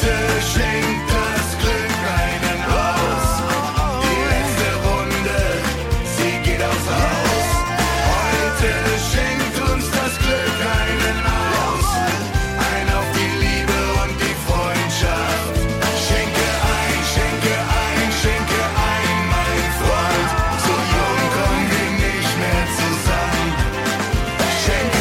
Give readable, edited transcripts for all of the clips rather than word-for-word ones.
Heute schenkt das Glück einen aus. Die letzte Runde, sie geht aufs Haus. Heute schenkt uns das Glück einen aus. Ein auf die Liebe und die Freundschaft. Schenke ein, mein Freund. So jung kommen wir nicht mehr zusammen. Schenke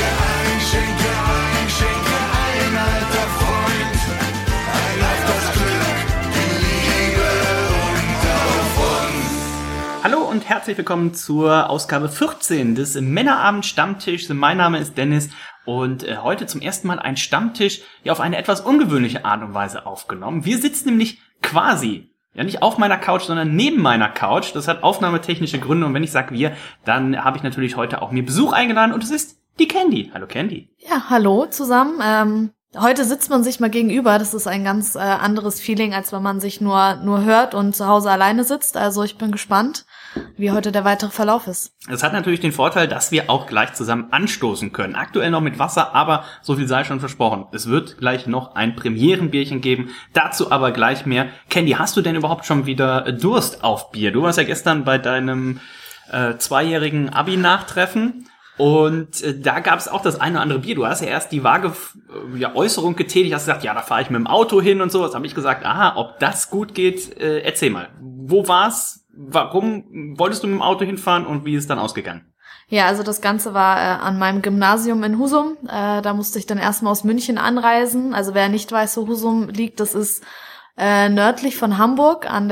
ein, alter Freund. Ein auf das Glück, die Liebe und auf uns. Hallo und herzlich willkommen zur Ausgabe 14 des Männerabend-Stammtischs. Mein Name ist Dennis und heute zum ersten Mal ein Stammtisch auf eine etwas ungewöhnliche Art und Weise aufgenommen. Wir sitzen nämlich quasi, ja nicht auf meiner Couch, sondern neben meiner Couch. Das hat aufnahmetechnische Gründe und wenn ich sage wir, dann habe ich natürlich heute auch mir Besuch eingeladen und es ist die Candy. Hallo Candy. Ja, hallo zusammen. Heute sitzt man sich mal gegenüber. Das ist ein ganz anderes Feeling, als wenn man sich nur hört und zu Hause alleine sitzt. Also ich bin gespannt, wie heute der weitere Verlauf ist. Das hat natürlich den Vorteil, dass wir auch gleich zusammen anstoßen können. Aktuell noch mit Wasser, aber so viel sei schon versprochen. Es wird gleich noch ein Premierenbierchen geben. Dazu aber gleich mehr. Candy, hast du denn überhaupt schon wieder Durst auf Bier? Du warst ja gestern bei deinem 2-jährigen Abi-Nachtreffen. Und da gab es auch das eine oder andere Bier. Du hast ja erst die vage Äußerung getätigt, hast gesagt, ja, da fahre ich mit dem Auto hin und so. Jetzt habe ich gesagt, aha, ob das gut geht, erzähl mal. Wo war's? Warum wolltest du mit dem Auto hinfahren und wie ist es dann ausgegangen? Ja, also das Ganze war an meinem Gymnasium in Husum. Da musste ich dann erstmal aus München anreisen. Also wer nicht weiß, wo Husum liegt, das ist nördlich von Hamburg an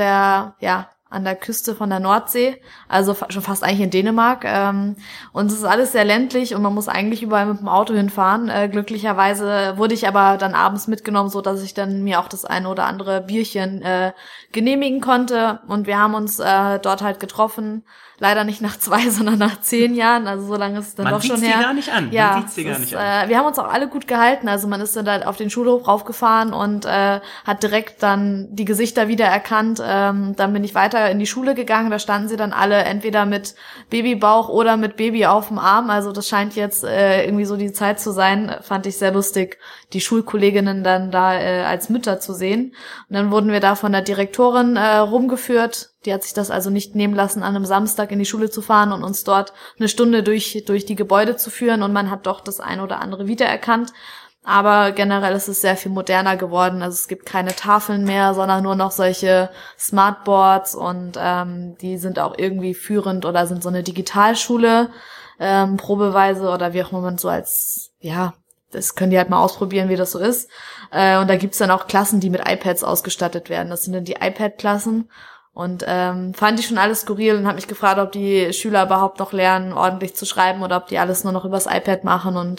der Küste von der Nordsee, also schon fast eigentlich in Dänemark. Und es ist alles sehr ländlich und man muss eigentlich überall mit dem Auto hinfahren. Glücklicherweise wurde ich aber dann abends mitgenommen, so dass ich dann mir auch das eine oder andere Bierchen genehmigen konnte. Und wir haben uns dort halt getroffen. Leider nicht nach 2, sondern nach 10 Jahren. Also so lange ist es dann doch schon her. Man sieht's dir gar nicht an. Ja, wir haben uns auch alle gut gehalten. Also man ist dann halt auf den Schulhof raufgefahren und hat direkt dann die Gesichter wiedererkannt. Dann bin ich weiter in die Schule gegangen. Da standen sie dann alle entweder mit Babybauch oder mit Baby auf dem Arm. Also das scheint jetzt irgendwie so die Zeit zu sein. Fand ich sehr lustig, die Schulkolleginnen dann da als Mütter zu sehen. Und dann wurden wir da von der Direktorin rumgeführt. Die hat sich das also nicht nehmen lassen, an einem Samstag in die Schule zu fahren und uns dort eine Stunde durch die Gebäude zu führen. Und man hat doch das ein oder andere wiedererkannt. Aber generell ist es sehr viel moderner geworden. Also es gibt keine Tafeln mehr, sondern nur noch solche Smartboards. Und die sind auch irgendwie führend oder sind so eine Digitalschule probeweise oder wie auch immer man so als, ja, das können die halt mal ausprobieren, wie das so ist. Und da gibt's dann auch Klassen, die mit iPads ausgestattet werden. Das sind dann die iPad-Klassen. Und fand ich schon alles skurril und habe mich gefragt, ob die Schüler überhaupt noch lernen, ordentlich zu schreiben oder ob die alles nur noch übers iPad machen und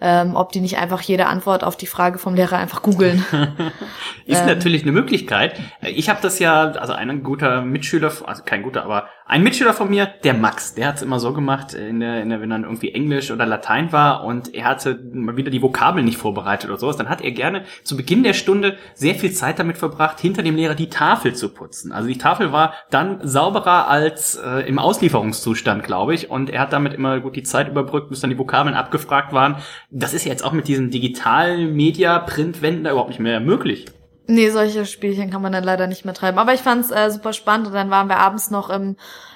ob die nicht einfach jede Antwort auf die Frage vom Lehrer einfach googeln. Ist natürlich eine Möglichkeit. Ich habe das ja, also ein guter Mitschüler, also kein guter, aber ein Mitschüler von mir, der Max, der hat's immer so gemacht, wenn dann irgendwie Englisch oder Latein war und er hatte mal wieder die Vokabeln nicht vorbereitet oder sowas, dann hat er gerne zu Beginn der Stunde sehr viel Zeit damit verbracht, hinter dem Lehrer die Tafel zu putzen. Also die Tafel war dann sauberer als im Auslieferungszustand, glaube ich, und er hat damit immer gut die Zeit überbrückt, bis dann die Vokabeln abgefragt waren. Das ist ja jetzt auch mit diesen digitalen Media-Printwänden da überhaupt nicht mehr möglich. Nee, solche Spielchen kann man dann leider nicht mehr treiben. Aber ich fand's super spannend und dann waren wir abends noch in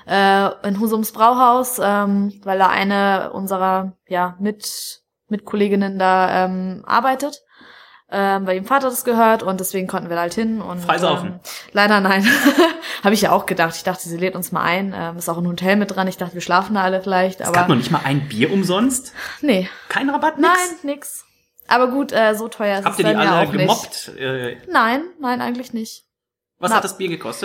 Husums Brauhaus, weil da eine unserer Mitkolleginnen da arbeitet. Weil ihrem Vater das gehört und deswegen konnten wir da halt hin. Und Freisaufen? Leider nein. Habe ich ja auch gedacht. Ich dachte, sie lädt uns mal ein. Ist auch ein Hotel mit dran. Ich dachte, wir schlafen da alle vielleicht. Es gab noch nicht mal ein Bier umsonst? Nee. Kein Rabatt? Nix? Nein, nix. Aber gut, so teuer ist Habt es ihr die dann ja alle auch gemobbt? nicht. Nein, eigentlich nicht. Was hat das Bier gekostet?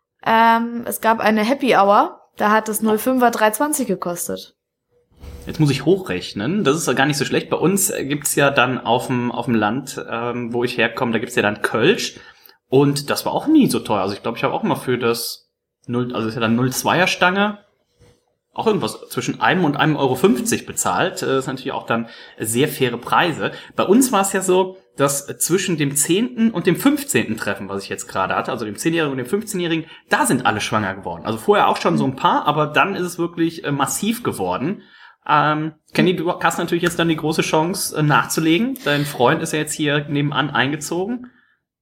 Es gab eine Happy Hour. Da hat es 0,5er 3,20 gekostet. Jetzt muss ich hochrechnen. Das ist ja gar nicht so schlecht. Bei uns gibt's ja dann auf dem Land, wo ich herkomme, da gibt's ja dann Kölsch. Und das war auch nie so teuer. Also ich glaube, ich habe auch mal für das 0, also ist ja dann 0,2er Stange, auch irgendwas zwischen 1 und 1,50 € bezahlt. Das ist natürlich auch dann sehr faire Preise. Bei uns war es ja so, dass zwischen dem 10. und dem 15. Treffen, was ich jetzt gerade hatte, also dem 10-Jährigen und dem 15-Jährigen, da sind alle schwanger geworden. Also vorher auch schon so ein paar, aber dann ist es wirklich massiv geworden. Kenny, du hast natürlich jetzt dann die große Chance nachzulegen. Dein Freund ist ja jetzt hier nebenan eingezogen.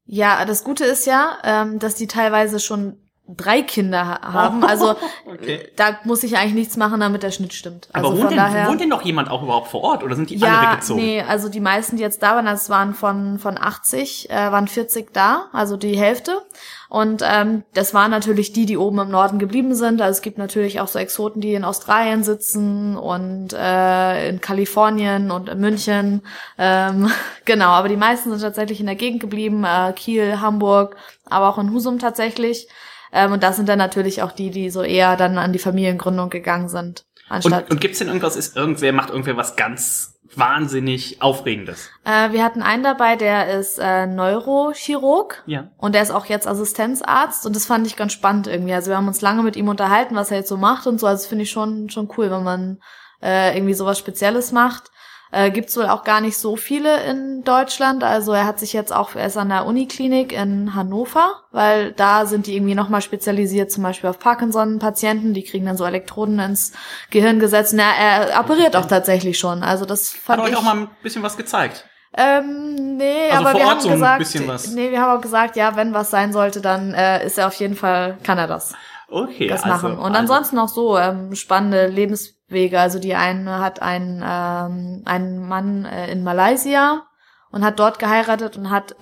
Ja, das Gute ist ja, dass die teilweise schon 3 Kinder haben. Also Okay. da muss ich eigentlich nichts machen, damit der Schnitt stimmt. Also Aber von wohnt denn noch jemand auch überhaupt vor Ort oder sind die alle ja, weggezogen? nee, also die meisten, die jetzt da waren, das waren von 80, waren 40 da, also die Hälfte. Und das waren natürlich die oben im Norden geblieben sind. Also es gibt natürlich auch so Exoten, die in Australien sitzen und in Kalifornien und in München. Genau, aber die meisten sind tatsächlich in der Gegend geblieben, Kiel, Hamburg, aber auch in Husum tatsächlich. Und das sind dann natürlich auch die so eher dann an die Familiengründung gegangen sind. Und gibt's denn irgendwas, macht irgendwer was ganz wahnsinnig Aufregendes? Wir hatten einen dabei, der ist Neurochirurg. Ja. Und der ist auch jetzt Assistenzarzt. Und das fand ich ganz spannend irgendwie. Also wir haben uns lange mit ihm unterhalten, was er jetzt so macht und so. Also das finde ich schon cool, wenn man irgendwie sowas Spezielles macht. Gibt's wohl auch gar nicht so viele in Deutschland. Also er ist an der Uniklinik in Hannover, weil da sind die irgendwie nochmal spezialisiert, zum Beispiel auf Parkinson-Patienten. Die kriegen dann so Elektroden ins Gehirn gesetzt. Na, er operiert auch tatsächlich schon. Also das fand Hat ich euch auch mal ein bisschen was gezeigt? Nee, Also aber vor wir Ort haben so ein gesagt, bisschen was. nee, wir haben auch gesagt, ja, wenn was sein sollte, dann ist er auf jeden Fall, kann er das Okay, machen. Und ansonsten auch so spannende Lebenswege. Also die eine hat einen Mann in Malaysia und hat dort geheiratet und hat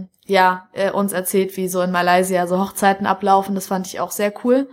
uns erzählt, wie so in Malaysia so Hochzeiten ablaufen. Das fand ich auch sehr cool.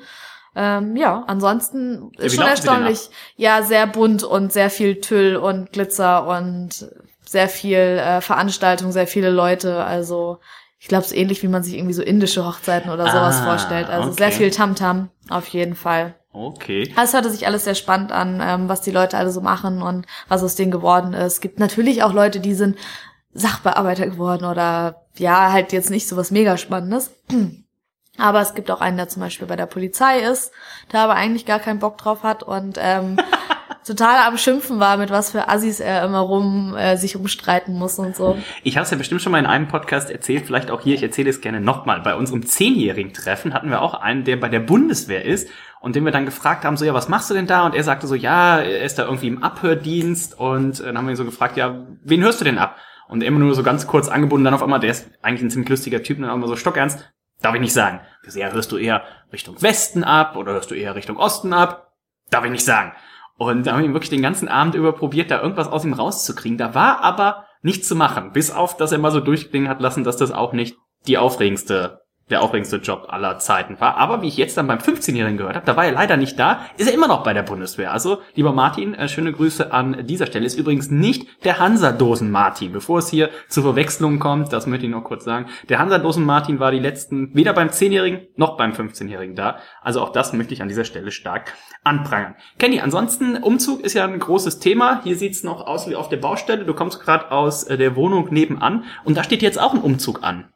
Ansonsten ist wie schon laufen sie denn erstaunlich. Ja, sehr bunt und sehr viel Tüll und Glitzer und sehr viel Veranstaltung, sehr viele Leute. Also ich glaube, so ähnlich wie man sich irgendwie so indische Hochzeiten oder sowas vorstellt. Also okay. sehr viel Tamtam auf jeden Fall. Okay. Es hörte sich alles sehr spannend an, was die Leute alle so machen und was aus denen geworden ist. Es gibt natürlich auch Leute, die sind Sachbearbeiter geworden oder ja, halt jetzt nicht so was mega Spannendes. Aber es gibt auch einen, der zum Beispiel bei der Polizei ist, der aber eigentlich gar keinen Bock drauf hat und total am Schimpfen war, mit was für Assis er immer sich umstreiten muss und so. Ich habe es ja bestimmt schon mal in einem Podcast erzählt, vielleicht auch hier, ich erzähle es gerne nochmal. Bei unserem 10-jährigen Treffen hatten wir auch einen, der bei der Bundeswehr ist und den wir dann gefragt haben, so, ja, was machst du denn da? Und er sagte so, ja, er ist da irgendwie im Abhördienst und dann haben wir ihn so gefragt, ja, wen hörst du denn ab? Und immer nur so ganz kurz angebunden, dann auf einmal, der ist eigentlich ein ziemlich lustiger Typ, und dann auch immer so stockernst, darf ich nicht sagen. Ich so, ja, hörst du eher Richtung Westen ab oder hörst du eher Richtung Osten ab? Darf ich nicht sagen. Und da haben wir wirklich den ganzen Abend über probiert, da irgendwas aus ihm rauszukriegen. Da war aber nichts zu machen, bis auf, dass er mal so durchklingen hat lassen, dass das auch nicht der aufregendste Job aller Zeiten war. Aber wie ich jetzt dann beim 15-Jährigen gehört habe, da war er leider nicht da, ist er immer noch bei der Bundeswehr. Also, lieber Martin, schöne Grüße an dieser Stelle. Ist übrigens nicht der Hansa-Dosen-Martin. Bevor es hier zu Verwechslungen kommt, das möchte ich noch kurz sagen. Der Hansa-Dosen-Martin war die letzten, weder beim 10-Jährigen noch beim 15-Jährigen da. Also auch das möchte ich an dieser Stelle stark anprangern. Kenny, ansonsten, Umzug ist ja ein großes Thema. Hier sieht's noch aus wie auf der Baustelle. Du kommst gerade aus der Wohnung nebenan und da steht jetzt auch ein Umzug an.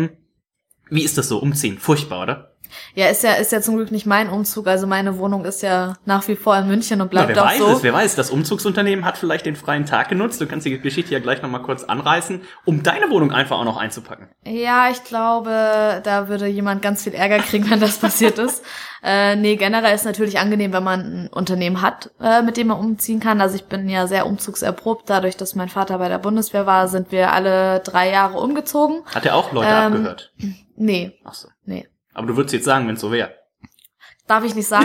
Wie ist das so, umziehen? Furchtbar, oder? Ja, ist ja zum Glück nicht mein Umzug. Also meine Wohnung ist ja nach wie vor in München und bleibt auch so. Wer weiß, das Umzugsunternehmen hat vielleicht den freien Tag genutzt. Du kannst die Geschichte ja gleich nochmal kurz anreißen, um deine Wohnung einfach auch noch einzupacken. Ja, ich glaube, da würde jemand ganz viel Ärger kriegen, wenn das passiert ist. Nee, generell ist natürlich angenehm, wenn man ein Unternehmen hat, mit dem man umziehen kann. Also ich bin ja sehr umzugserprobt. Dadurch, dass mein Vater bei der Bundeswehr war, sind wir alle 3 Jahre umgezogen. Hat er auch Leute abgehört? Nee. Ach so. Nee. Aber du würdest jetzt sagen, wenn es so wäre. Darf ich nicht sagen.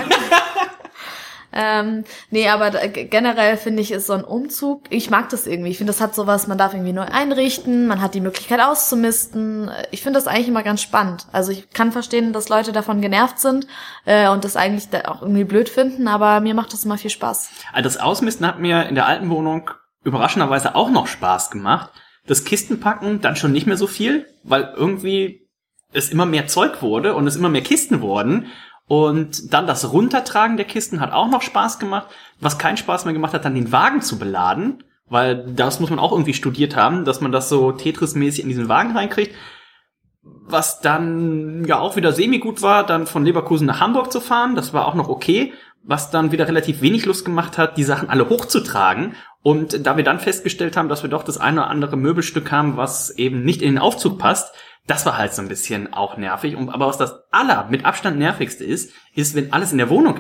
Nee, aber generell finde ich, ist so ein Umzug, ich mag das irgendwie. Ich finde, das hat sowas, man darf irgendwie neu einrichten, man hat die Möglichkeit auszumisten. Ich finde das eigentlich immer ganz spannend. Also ich kann verstehen, dass Leute davon genervt sind und das eigentlich auch irgendwie blöd finden, aber mir macht das immer viel Spaß. Also das Ausmisten hat mir in der alten Wohnung überraschenderweise auch noch Spaß gemacht. Das Kistenpacken dann schon nicht mehr so viel, weil irgendwie es immer mehr Zeug wurde und es immer mehr Kisten wurden. Und dann das Runtertragen der Kisten hat auch noch Spaß gemacht. Was keinen Spaß mehr gemacht hat, dann den Wagen zu beladen, weil das muss man auch irgendwie studiert haben, dass man das so Tetris-mäßig in diesen Wagen reinkriegt. Was dann ja auch wieder semi-gut war, dann von Leverkusen nach Hamburg zu fahren, das war auch noch okay. Was dann wieder relativ wenig Lust gemacht hat, die Sachen alle hochzutragen. Und da wir dann festgestellt haben, dass wir doch das eine oder andere Möbelstück haben, was eben nicht in den Aufzug passt, das war halt so ein bisschen auch nervig. Aber was das mit Abstand nervigste ist, wenn alles in der Wohnung ist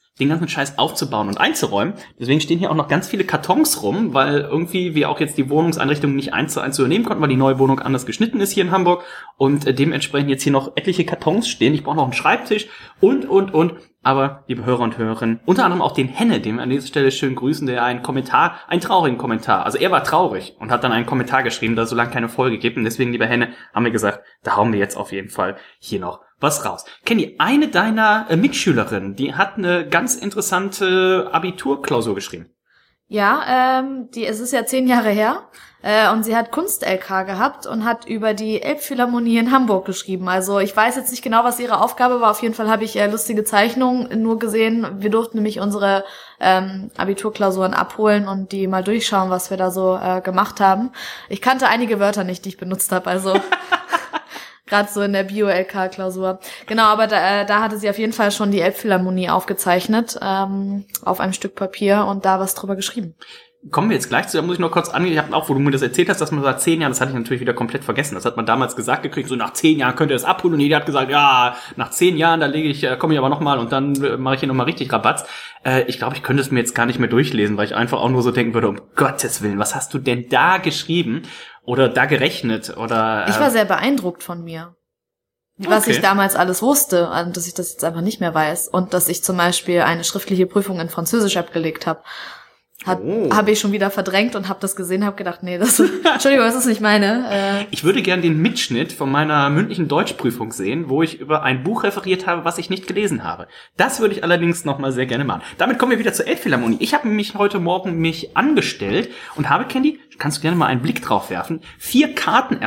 den ganzen Scheiß aufzubauen und einzuräumen. Deswegen stehen hier auch noch ganz viele Kartons rum, weil irgendwie wir auch jetzt die Wohnungseinrichtung nicht 1:1 übernehmen konnten, weil die neue Wohnung anders geschnitten ist hier in Hamburg und dementsprechend jetzt hier noch etliche Kartons stehen. Ich brauche noch einen Schreibtisch und. Aber, liebe Hörer und Hörerinnen, unter anderem auch den Henne, den wir an dieser Stelle schön grüßen, der einen traurigen Kommentar, also er war traurig und hat dann einen Kommentar geschrieben, dass es so lange keine Folge gibt. Und deswegen, lieber Henne, haben wir gesagt, da hauen wir jetzt auf jeden Fall hier noch was raus. Kenny, eine deiner Mitschülerinnen, die hat eine ganz interessante Abiturklausur geschrieben. Ja, es ist ja 10 Jahre her. Und sie hat Kunst-LK gehabt und hat über die Elbphilharmonie in Hamburg geschrieben. Also ich weiß jetzt nicht genau, was ihre Aufgabe war. Auf jeden Fall habe ich lustige Zeichnungen nur gesehen. Wir durften nämlich unsere Abiturklausuren abholen und die mal durchschauen, was wir da so gemacht haben. Ich kannte einige Wörter nicht, die ich benutzt habe. Also gerade so in der Bio-LK-Klausur. Genau, aber da hatte sie auf jeden Fall schon die Elbphilharmonie aufgezeichnet auf einem Stück Papier und da was drüber geschrieben. Kommen wir jetzt gleich zu, da muss ich noch kurz angehen, ich habe auch, wo du mir das erzählt hast, dass man seit 10 Jahren, das hatte ich natürlich wieder komplett vergessen, das hat man damals gesagt gekriegt, so nach 10 Jahren könnt ihr das abholen und jeder hat gesagt, ja, nach 10 Jahren, da komme ich aber nochmal und dann mache ich hier nochmal richtig Rabatz. Ich glaube, ich könnte es mir jetzt gar nicht mehr durchlesen, weil ich einfach auch nur so denken würde, um Gottes Willen, was hast du denn da geschrieben oder da gerechnet oder... Ich war sehr beeindruckt von mir. Was ich damals alles wusste, und dass ich das jetzt einfach nicht mehr weiß und dass ich zum Beispiel eine schriftliche Prüfung in Französisch abgelegt habe. Habe ich schon wieder verdrängt und habe das gesehen, habe gedacht, nee, Entschuldigung, das ist nicht meine. Ich würde gern den Mitschnitt von meiner mündlichen Deutschprüfung sehen, wo ich über ein Buch referiert habe, was ich nicht gelesen habe. Das würde ich allerdings nochmal sehr gerne machen. Damit kommen wir wieder zur Elbphilharmonie. Ich habe mich heute Morgen angestellt und habe, Candy, kannst du gerne mal einen Blick drauf werfen, 4 Karten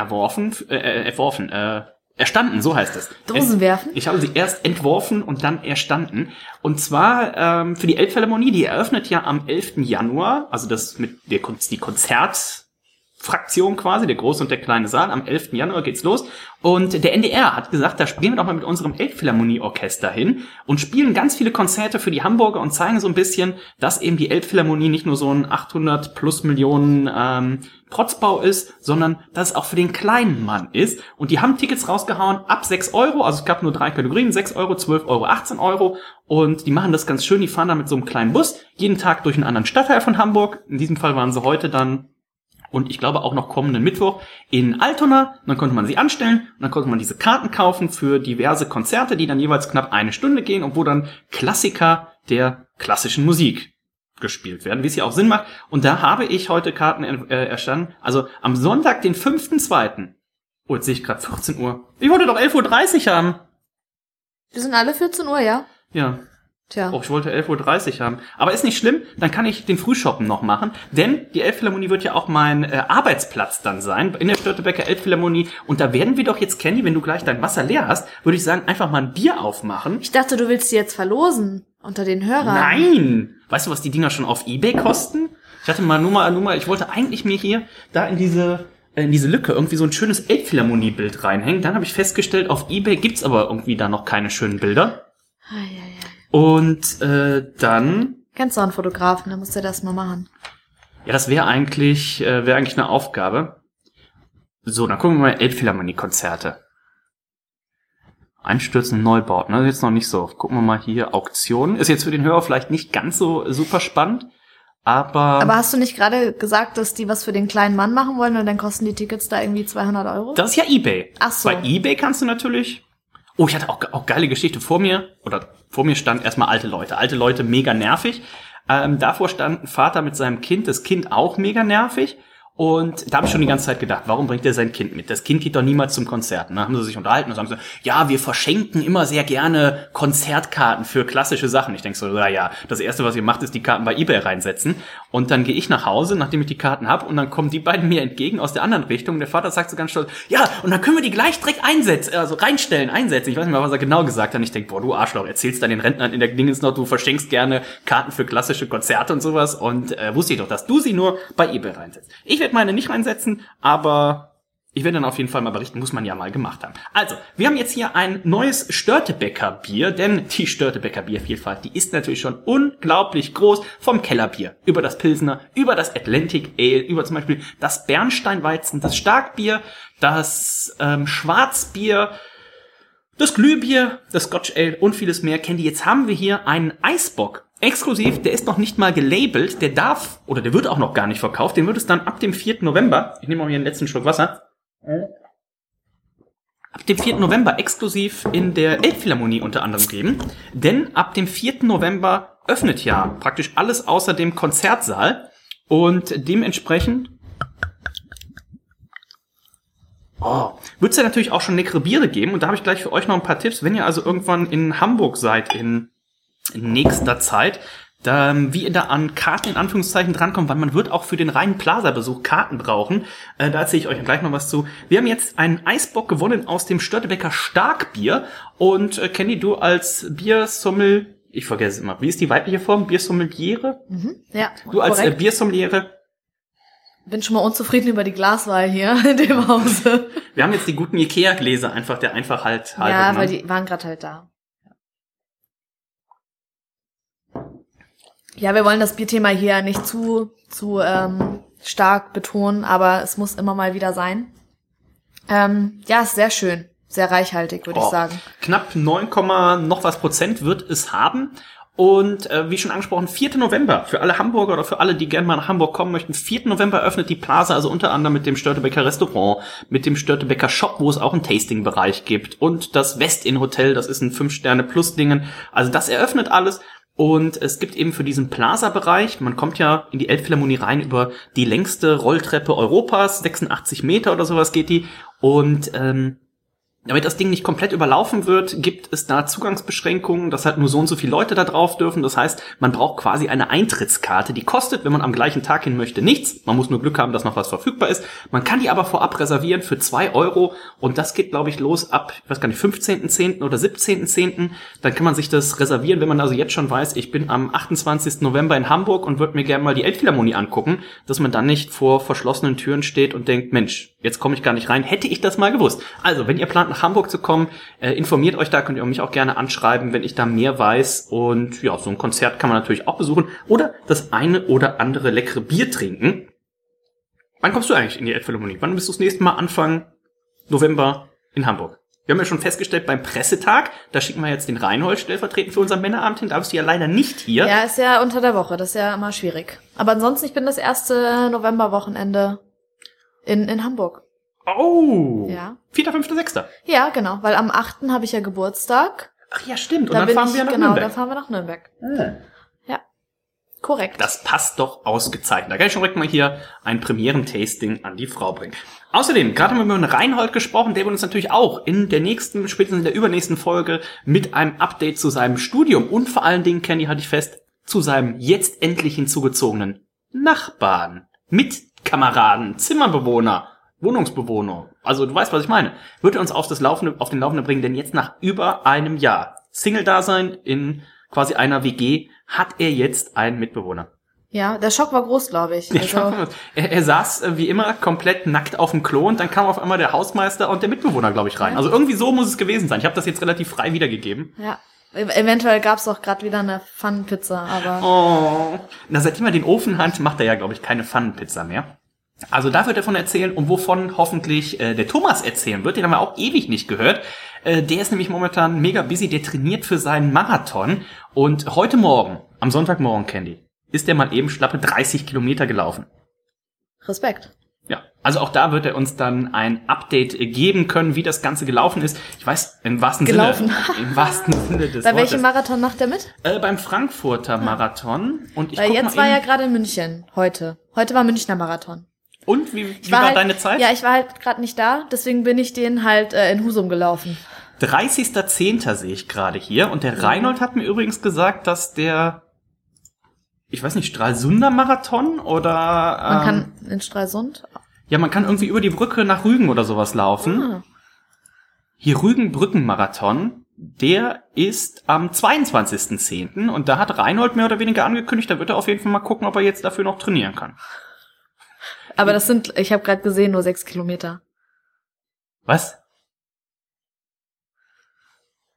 erstanden, so heißt es. Dosen werfen? Ich habe sie erst entworfen und dann erstanden. Und zwar für die Elbphilharmonie, die eröffnet ja am 11. Januar, also das mit die Konzertfraktion quasi, der große und der kleine Saal. Am 11. Januar geht's los. Und der NDR hat gesagt, da spielen wir doch mal mit unserem Elbphilharmonie-Orchester hin und spielen ganz viele Konzerte für die Hamburger und zeigen so ein bisschen, dass eben die Elbphilharmonie nicht nur so ein 800 plus Millionen Protzbau ist, sondern dass es auch für den kleinen Mann ist. Und die haben Tickets rausgehauen ab 6 Euro. Also es gab nur 3 Kategorien, 6 Euro, 12 Euro, 18 Euro. Und die machen das ganz schön. Die fahren da mit so einem kleinen Bus jeden Tag durch einen anderen Stadtteil von Hamburg. In diesem Fall waren sie heute dann, und ich glaube auch noch kommenden Mittwoch, in Altona. Und dann konnte man sie anstellen und dann konnte man diese Karten kaufen für diverse Konzerte, die dann jeweils knapp 1 Stunde gehen und wo dann Klassiker der klassischen Musik gespielt werden, wie es ja auch Sinn macht. Und da habe ich heute Karten erstanden. Also am Sonntag, den 5.2. Oh, jetzt sehe ich gerade 14 Uhr. Ich wollte doch 11.30 Uhr haben. Wir sind alle 14 Uhr, ja? Ja. Tja. Oh, ich wollte 11.30 Uhr haben. Aber ist nicht schlimm, dann kann ich den Frühshoppen noch machen. Denn die Elbphilharmonie wird ja auch mein Arbeitsplatz dann sein, in der Störtebeker Elbphilharmonie. Und da werden wir doch jetzt, Candy, wenn du gleich dein Wasser leer hast, würde ich sagen, einfach mal ein Bier aufmachen. Ich dachte, du willst sie jetzt verlosen unter den Hörern. Nein! Weißt du, was die Dinger schon auf eBay kosten? Ich hatte mal nur mal, ich wollte eigentlich mir hier da in diese Lücke irgendwie so ein schönes Elbphilharmonie-Bild reinhängen. Dann habe ich festgestellt, auf eBay gibt's aber irgendwie da noch keine schönen Bilder. Und dann... Kennst du auch einen Fotografen, dann musst du das mal machen. Ja, das wäre eigentlich eine Aufgabe. So, dann gucken wir mal Elbphilharmonie-Konzerte. Einstürzen, Neubauten, ne? Jetzt noch nicht so. Gucken wir mal hier, Auktionen. Ist jetzt für den Hörer vielleicht nicht ganz so super spannend, aber... Aber hast du nicht gerade gesagt, dass die was für den kleinen Mann machen wollen und dann kosten die Tickets da irgendwie 200 Euro? Das ist ja eBay. Ach so. Bei eBay kannst du natürlich... Oh, ich hatte auch geile Geschichte. Vor mir stand erstmal alte Leute. Alte Leute, mega nervig. Davor stand ein Vater mit seinem Kind, das Kind auch mega nervig. Und da habe ich schon die ganze Zeit gedacht, warum bringt er sein Kind mit? Das Kind geht doch niemals zum Konzert. Und dann haben sie sich unterhalten und sagen so, ja, wir verschenken immer sehr gerne Konzertkarten für klassische Sachen. Ich denke so, ja, das Erste, was ihr macht, ist die Karten bei eBay reinsetzen. Und dann gehe ich nach Hause, nachdem ich die Karten habe, und dann kommen die beiden mir entgegen aus der anderen Richtung. Und der Vater sagt so ganz stolz, ja, und dann können wir die gleich direkt einsetzen. Ich weiß nicht mal, was er genau gesagt hat. Und ich denke, boah, du Arschloch, erzählst da den Rentnern in der Dingens noch, du verschenkst gerne Karten für klassische Konzerte und sowas. Und wusste ich doch, dass du sie nur bei eBay reinsetzt. Ich werde meine nicht reinsetzen, aber ich werde dann auf jeden Fall mal berichten, muss man ja mal gemacht haben. Also, wir haben jetzt hier ein neues Störtebeker Bier, denn die Störtebeker Biervielfalt, die ist natürlich schon unglaublich groß, vom Kellerbier über das Pilsner, über das Atlantic Ale, über zum Beispiel das Bernsteinweizen, das Starkbier, das Schwarzbier, das Glühbier, das Scotch Ale und vieles mehr. Candy, jetzt haben wir hier einen Eisbock. Exklusiv, der ist noch nicht mal gelabelt, der darf, oder der wird auch noch gar nicht verkauft, den wird es dann ab dem 4. November, ich nehme mal hier einen letzten Schluck Wasser, ab dem 4. November exklusiv in der Elbphilharmonie unter anderem geben, denn ab dem 4. November öffnet ja praktisch alles außer dem Konzertsaal und dementsprechend wird es ja natürlich auch schon leckere Biere geben und da habe ich gleich für euch noch ein paar Tipps, wenn ihr also irgendwann in Hamburg seid in nächster Zeit, wie ihr da an Karten in Anführungszeichen drankommt, weil man wird auch für den reinen Plaza-Besuch Karten brauchen. Da erzähle ich euch gleich noch was zu. Wir haben jetzt einen Eisbock gewonnen aus dem Störtebeker Starkbier und Candy, du als Biersommel, ich vergesse es immer, wie ist die weibliche Form? Biersommeliere? Ja, du als Biersommeliere. Bin schon mal unzufrieden über die Glaswahl hier in dem Hause. Wir haben jetzt die guten Ikea-Gläser einfach, der Einfachheit halber. Ja, weil die waren gerade halt da. Ja, wir wollen das Bierthema hier nicht zu stark betonen, aber es muss immer mal wieder sein. Ja, ist sehr schön, sehr reichhaltig, würde ich sagen. Knapp 9, noch was Prozent wird es haben. Und wie schon angesprochen, 4. November für alle Hamburger oder für alle, die gerne mal nach Hamburg kommen möchten. 4. November öffnet die Plaza, also unter anderem mit dem Störtebeker Restaurant, mit dem Störtebeker Shop, wo es auch einen Tasting-Bereich gibt. Und das Westin-Hotel, das ist ein 5-Sterne-Plus-Dingen. Also das eröffnet alles. Und es gibt eben für diesen Plaza-Bereich, man kommt ja in die Elbphilharmonie rein über die längste Rolltreppe Europas, 86 Meter oder sowas geht die. Und damit das Ding nicht komplett überlaufen wird, gibt es da Zugangsbeschränkungen, dass halt nur so und so viele Leute da drauf dürfen. Das heißt, man braucht quasi eine Eintrittskarte. Die kostet, wenn man am gleichen Tag hin möchte, nichts. Man muss nur Glück haben, dass noch was verfügbar ist. Man kann die aber vorab reservieren für 2 € und das geht, glaube ich, los ab, ich weiß gar nicht, 15.10. oder 17.10. Dann kann man sich das reservieren, wenn man also jetzt schon weiß, ich bin am 28. November in Hamburg und würde mir gerne mal die Elbphilharmonie angucken, dass man dann nicht vor verschlossenen Türen steht und denkt, Mensch, jetzt komme ich gar nicht rein. Hätte ich das mal gewusst. Also, wenn ihr plant, nach Hamburg zu kommen, informiert euch da, könnt ihr mich auch gerne anschreiben, wenn ich da mehr weiß. Und ja, so ein Konzert kann man natürlich auch besuchen oder das eine oder andere leckere Bier trinken. Wann kommst du eigentlich in die Elbphilharmonie? Wann bist du das nächste Mal Anfang November in Hamburg? Wir haben ja schon festgestellt, beim Pressetag, da schicken wir jetzt den Reinhold stellvertretend für unseren Männerabend hin. Da bist du ja leider nicht hier. Ja, ist ja unter der Woche, das ist ja immer schwierig. Aber ansonsten, ich bin das erste Novemberwochenende in Hamburg. Oh! Ja. 4., 5., 6. Ja, genau, weil am 8. habe ich ja Geburtstag. Ach ja, stimmt. Und dann fahren wir nach Nürnberg. Genau, dann fahren wir nach Nürnberg. Ja, korrekt. Das passt doch ausgezeichnet. Da kann ich schon direkt mal hier ein Premieren-Tasting an die Frau bringen. Außerdem, gerade haben wir mit Reinhold gesprochen, der wird uns natürlich auch in der nächsten, spätestens in der übernächsten Folge mit einem Update zu seinem Studium und vor allen Dingen, Candy, hatte ich fest, zu seinem jetzt endlich hinzugezogenen Nachbarn, Mitkameraden, Zimmerbewohner, Wohnungsbewohner, also du weißt, was ich meine, wird er uns auf den Laufenden bringen, denn jetzt nach über einem Jahr Single-Dasein in quasi einer WG hat er jetzt einen Mitbewohner. Ja, der Schock war groß, glaube ich. Also Er saß wie immer komplett nackt auf dem Klo und dann kam auf einmal der Hausmeister und der Mitbewohner, glaube ich, rein. Ja. Also irgendwie so muss es gewesen sein. Ich habe das jetzt relativ frei wiedergegeben. Ja, eventuell gab's auch gerade wieder eine Pfannenpizza, aber... Oh, na seitdem er den Ofen hat, macht er ja, glaube ich, keine Pfannenpizza mehr. Also da wird er davon erzählen und wovon hoffentlich der Thomas erzählen wird. Den haben wir auch ewig nicht gehört. Der ist nämlich momentan mega busy. Der trainiert für seinen Marathon. Und heute Morgen, am Sonntagmorgen, Candy, ist der mal eben schlappe 30 Kilometer gelaufen. Respekt. Ja, also auch da wird er uns dann ein Update geben können, wie das Ganze gelaufen ist. Ich weiß, im wahrsten Sinne des Wortes. Bei welchem Marathon macht er mit? Beim Frankfurter Marathon. Und ich Weil jetzt war ja gerade in München, heute. Heute war Münchner Marathon. Und wie war deine Zeit? Ja, ich war halt gerade nicht da, deswegen bin ich den halt in Husum gelaufen. 30.10. sehe ich gerade hier. Und der Reinhold hat mir übrigens gesagt, dass der, ich weiß nicht, Stralsunder Marathon oder... Man kann in Stralsund? Ja, man kann irgendwie über die Brücke nach Rügen oder sowas laufen. Ah. Hier Rügen-Brücken-Marathon, der ist am 22.10. Und da hat Reinhold mehr oder weniger angekündigt, da wird er auf jeden Fall mal gucken, ob er jetzt dafür noch trainieren kann. Aber das sind, ich habe gerade gesehen, nur 6 Kilometer. Was?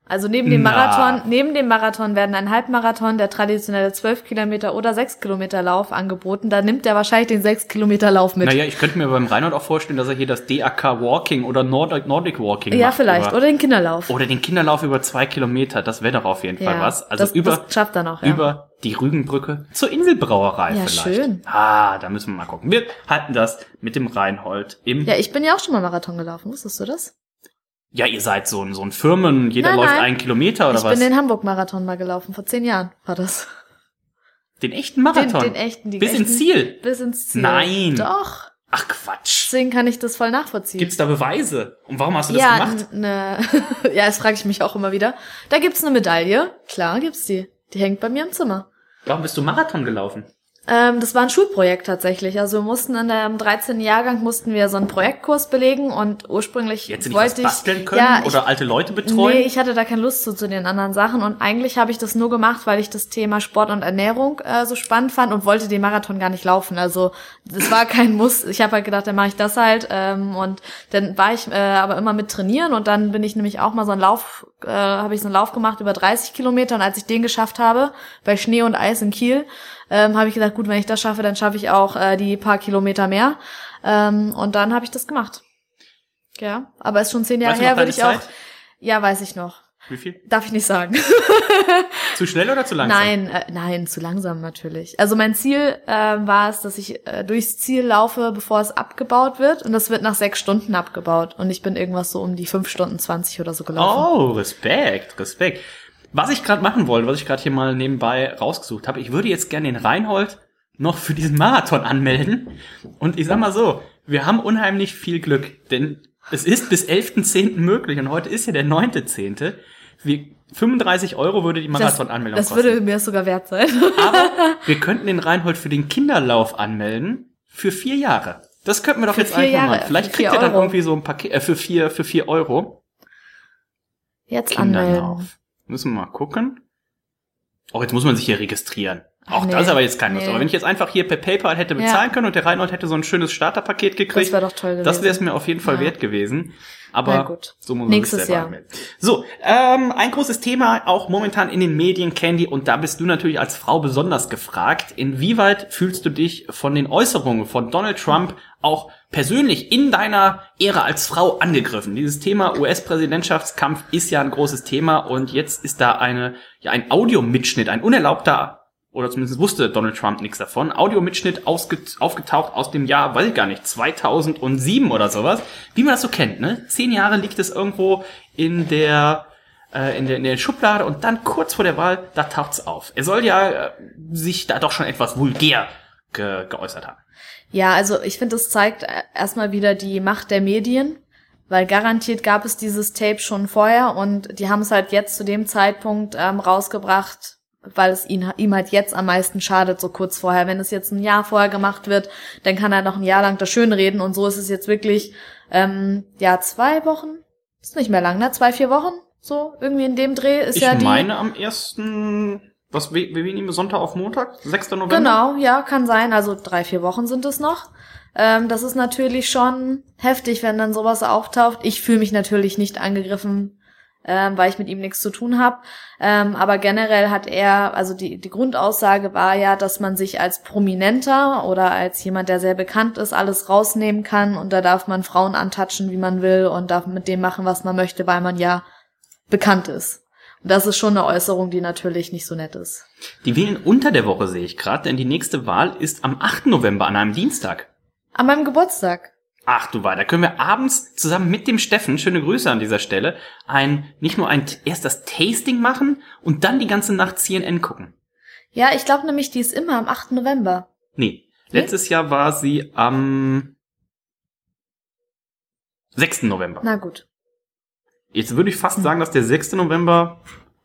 Also neben dem Marathon werden ein Halbmarathon, der traditionelle 12 Kilometer oder 6 Kilometer Lauf angeboten. Da nimmt er wahrscheinlich den 6 Kilometer Lauf mit. Naja, ich könnte mir beim Reinhold auch vorstellen, dass er hier das DAK Walking oder Nordic Walking macht. Ja, vielleicht. Oder den Kinderlauf. Oder den Kinderlauf über 2 Kilometer. Das wäre doch auf jeden Fall was. Also das schafft er noch, ja. Über die Rügenbrücke zur Inselbrauerei vielleicht. Ja, schön. Da müssen wir mal gucken. Wir halten das mit dem Reinhold im... Ja, ich bin ja auch schon mal Marathon gelaufen. Wusstest du das? Ja, ihr seid so ein Firmen, jeder läuft 1 Kilometer oder was? Ich bin den Hamburg-Marathon mal gelaufen, vor 10 Jahren war das. Den echten Marathon? Den echten. Bis ins Ziel? Bis ins Ziel. Nein. Doch. Ach Quatsch. Deswegen kann ich das voll nachvollziehen. Gibt's da Beweise? Und warum hast du das gemacht? Ja, das frage ich mich auch immer wieder. Da gibt's eine Medaille. Klar gibt's die. Die hängt bei mir im Zimmer. Warum bist du Marathon gelaufen? Das war ein Schulprojekt tatsächlich. Also wir mussten im 13. Jahrgang mussten wir so einen Projektkurs belegen und ursprünglich Jetzt nicht was basteln können oder alte Leute betreuen? Nee, ich hatte da keine Lust zu den anderen Sachen und eigentlich habe ich das nur gemacht, weil ich das Thema Sport und Ernährung so spannend fand und wollte den Marathon gar nicht laufen. Also das war kein Muss. Ich habe halt gedacht, dann mache ich das halt und dann war ich aber immer mit trainieren und dann bin ich nämlich auch mal so einen Lauf gemacht über 30 Kilometer und als ich den geschafft habe, bei Schnee und Eis in Kiel, habe ich gesagt, gut, wenn ich das schaffe, dann schaffe ich auch die paar Kilometer mehr. Und dann habe ich das gemacht. Ja, aber ist schon 10 Jahre her, würde ich auch. Ja, weiß ich noch. Wie viel? Darf ich nicht sagen. Zu schnell oder zu langsam? Nein, zu langsam natürlich. Also mein Ziel war es, dass ich durchs Ziel laufe, bevor es abgebaut wird. Und das wird nach 6 Stunden abgebaut. Und ich bin irgendwas so um die 5 Stunden 20 oder so gelaufen. Oh, Respekt. Was ich gerade machen wollte, was ich gerade hier mal nebenbei rausgesucht habe, ich würde jetzt gerne den Reinhold noch für diesen Marathon anmelden. Und ich sag mal so, wir haben unheimlich viel Glück, denn es ist bis 11.10. möglich und heute ist ja der 9.10. 35 € würde die Marathon-Anmeldung kosten. Das würde mir sogar wert sein. Aber wir könnten den Reinhold für den Kinderlauf anmelden für 4 Jahre. Das könnten wir doch jetzt eigentlich mal machen. Vielleicht kriegt ihr dann irgendwie so ein Paket für 4 €. Jetzt Kinderlauf. anmelden. Müssen wir mal gucken. Oh, jetzt muss man sich hier registrieren. Auch das ist aber jetzt kein Lust. Aber wenn ich jetzt einfach hier per PayPal hätte bezahlen können und der Reinhold hätte so ein schönes Starterpaket gekriegt. Das wäre doch toll gewesen. Das wäre es mir auf jeden Fall wert gewesen. Aber gut. So muss man sich selber anmelden. So, ein großes Thema auch momentan in den Medien, Candy, und da bist du natürlich als Frau besonders gefragt. Inwieweit fühlst du dich von den Äußerungen von Donald Trump auch persönlich in deiner Ära als Frau angegriffen? Dieses Thema US-Präsidentschaftskampf ist ja ein großes Thema und jetzt ist da ein Audiomitschnitt, ein unerlaubter, oder zumindest wusste Donald Trump nichts davon, Audiomitschnitt aufgetaucht aus dem Jahr, weiß ich gar nicht, 2007 oder sowas. Wie man das so kennt, ne? 10 Jahre liegt es irgendwo in der Schublade und dann kurz vor der Wahl, da taucht's auf. Er soll ja sich da doch schon etwas vulgär geäußert haben. Ja, also ich finde, das zeigt erstmal wieder die Macht der Medien, weil garantiert gab es dieses Tape schon vorher und die haben es halt jetzt zu dem Zeitpunkt rausgebracht, weil es ihm halt jetzt am meisten schadet, so kurz vorher. Wenn es jetzt ein Jahr vorher gemacht wird, dann kann er noch ein Jahr lang das schönreden und so ist es jetzt wirklich 2 Wochen, ist nicht mehr lang, ne? 2-4 Wochen, so irgendwie in dem Dreh ist ich meine am 1. wir nehmen Sonntag auf Montag, 6. November? Genau, ja, kann sein, also 3-4 Wochen sind es noch. Das ist natürlich schon heftig, wenn dann sowas auftaucht. Ich fühle mich natürlich nicht angegriffen, weil ich mit ihm nichts zu tun habe. Aber generell hat er, also die Grundaussage war ja, dass man sich als Prominenter oder als jemand, der sehr bekannt ist, alles rausnehmen kann und da darf man Frauen antatschen, wie man will und darf mit dem machen, was man möchte, weil man ja bekannt ist. Und das ist schon eine Äußerung, die natürlich nicht so nett ist. Die wählen unter der Woche, sehe ich gerade, denn die nächste Wahl ist am 8. November, an einem Dienstag. An meinem Geburtstag. Ach du weiter, können wir abends zusammen mit dem Steffen, schöne Grüße an dieser Stelle, nicht nur erst das Tasting machen und dann die ganze Nacht CNN gucken. Ja, ich glaube nämlich, die ist immer am 8. November. Nee, letztes Jahr war sie am 6. November. Na gut. Jetzt würde ich fast sagen, dass der 6. November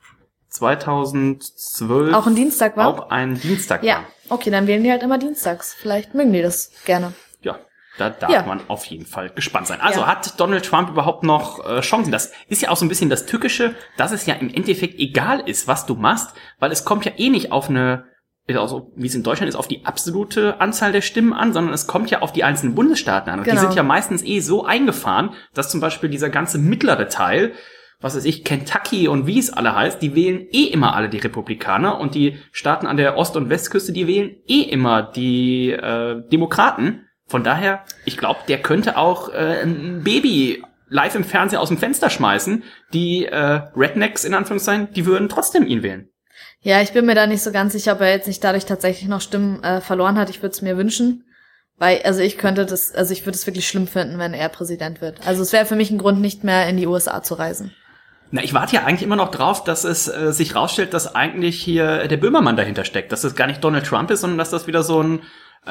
2012 auch ein Dienstag war? Auch ein Dienstag war. Ja, okay, dann wählen die halt immer dienstags. Vielleicht mögen die das gerne. Ja, da darf man auf jeden Fall gespannt sein. Also hat Donald Trump überhaupt noch Chancen? Das ist ja auch so ein bisschen das Tückische, dass es ja im Endeffekt egal ist, was du machst, weil es kommt ja eh nicht auf also wie es in Deutschland ist, auf die absolute Anzahl der Stimmen an, sondern es kommt ja auf die einzelnen Bundesstaaten an. Und die sind ja meistens so eingefahren, dass zum Beispiel dieser ganze mittlere Teil was weiß ich, Kentucky und wie es alle heißt, die wählen immer alle die Republikaner und die Staaten an der Ost- und Westküste, die wählen immer die Demokraten. Von daher, ich glaube, der könnte auch ein Baby live im Fernsehen aus dem Fenster schmeißen. Die Rednecks, in Anführungszeichen, die würden trotzdem ihn wählen. Ja, ich bin mir da nicht so ganz sicher, ob er jetzt nicht dadurch tatsächlich noch Stimmen verloren hat. Ich würde es mir wünschen. Weil, ich würde es wirklich schlimm finden, wenn er Präsident wird. Also es wäre für mich ein Grund, nicht mehr in die USA zu reisen. Na, ich warte ja eigentlich immer noch drauf, dass es sich rausstellt, dass eigentlich hier der Böhmermann dahinter steckt. Dass es gar nicht Donald Trump ist, sondern dass das wieder so ein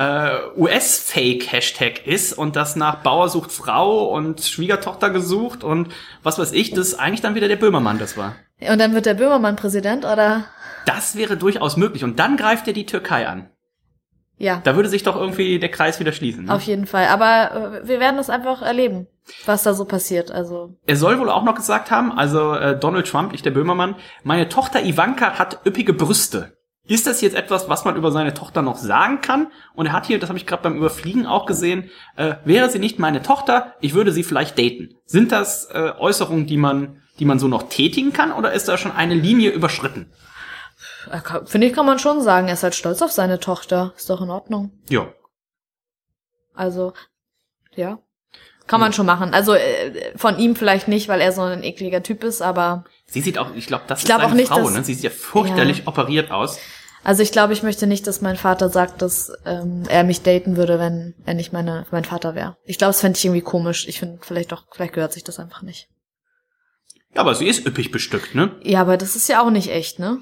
US-Fake-Hashtag ist und das nach Bauer sucht Frau und Schwiegertochter gesucht und was weiß ich, das eigentlich dann wieder der Böhmermann das war. Und dann wird der Böhmermann Präsident, oder? Das wäre durchaus möglich. Und dann greift er die Türkei an. Ja. Da würde sich doch irgendwie der Kreis wieder schließen. Ne? Auf jeden Fall. Aber wir werden das einfach erleben, was da so passiert. Also er soll wohl auch noch gesagt haben, also Donald Trump, nicht der Böhmermann, meine Tochter Ivanka hat üppige Brüste. Ist das jetzt etwas, was man über seine Tochter noch sagen kann? Und er hat hier, das habe ich gerade beim Überfliegen auch gesehen, wäre sie nicht meine Tochter, ich würde sie vielleicht daten. Sind das Äußerungen, die man so noch tätigen kann, oder ist da schon eine Linie überschritten? Finde ich, kann man schon sagen, er ist halt stolz auf seine Tochter. Ist doch in Ordnung. Ja. Also, ja. Kann man schon machen. Also von ihm vielleicht nicht, weil er so ein ekliger Typ ist, aber... Sie sieht auch, ich glaube, das ist seine Frau, ne? Sie sieht ja fürchterlich operiert aus. Also ich glaube, ich möchte nicht, dass mein Vater sagt, dass er mich daten würde, wenn er nicht mein Vater wäre. Ich glaube, das fände ich irgendwie komisch. Ich finde, vielleicht gehört sich das einfach nicht. Ja, aber sie ist üppig bestückt, ne? Ja, aber das ist ja auch nicht echt, ne?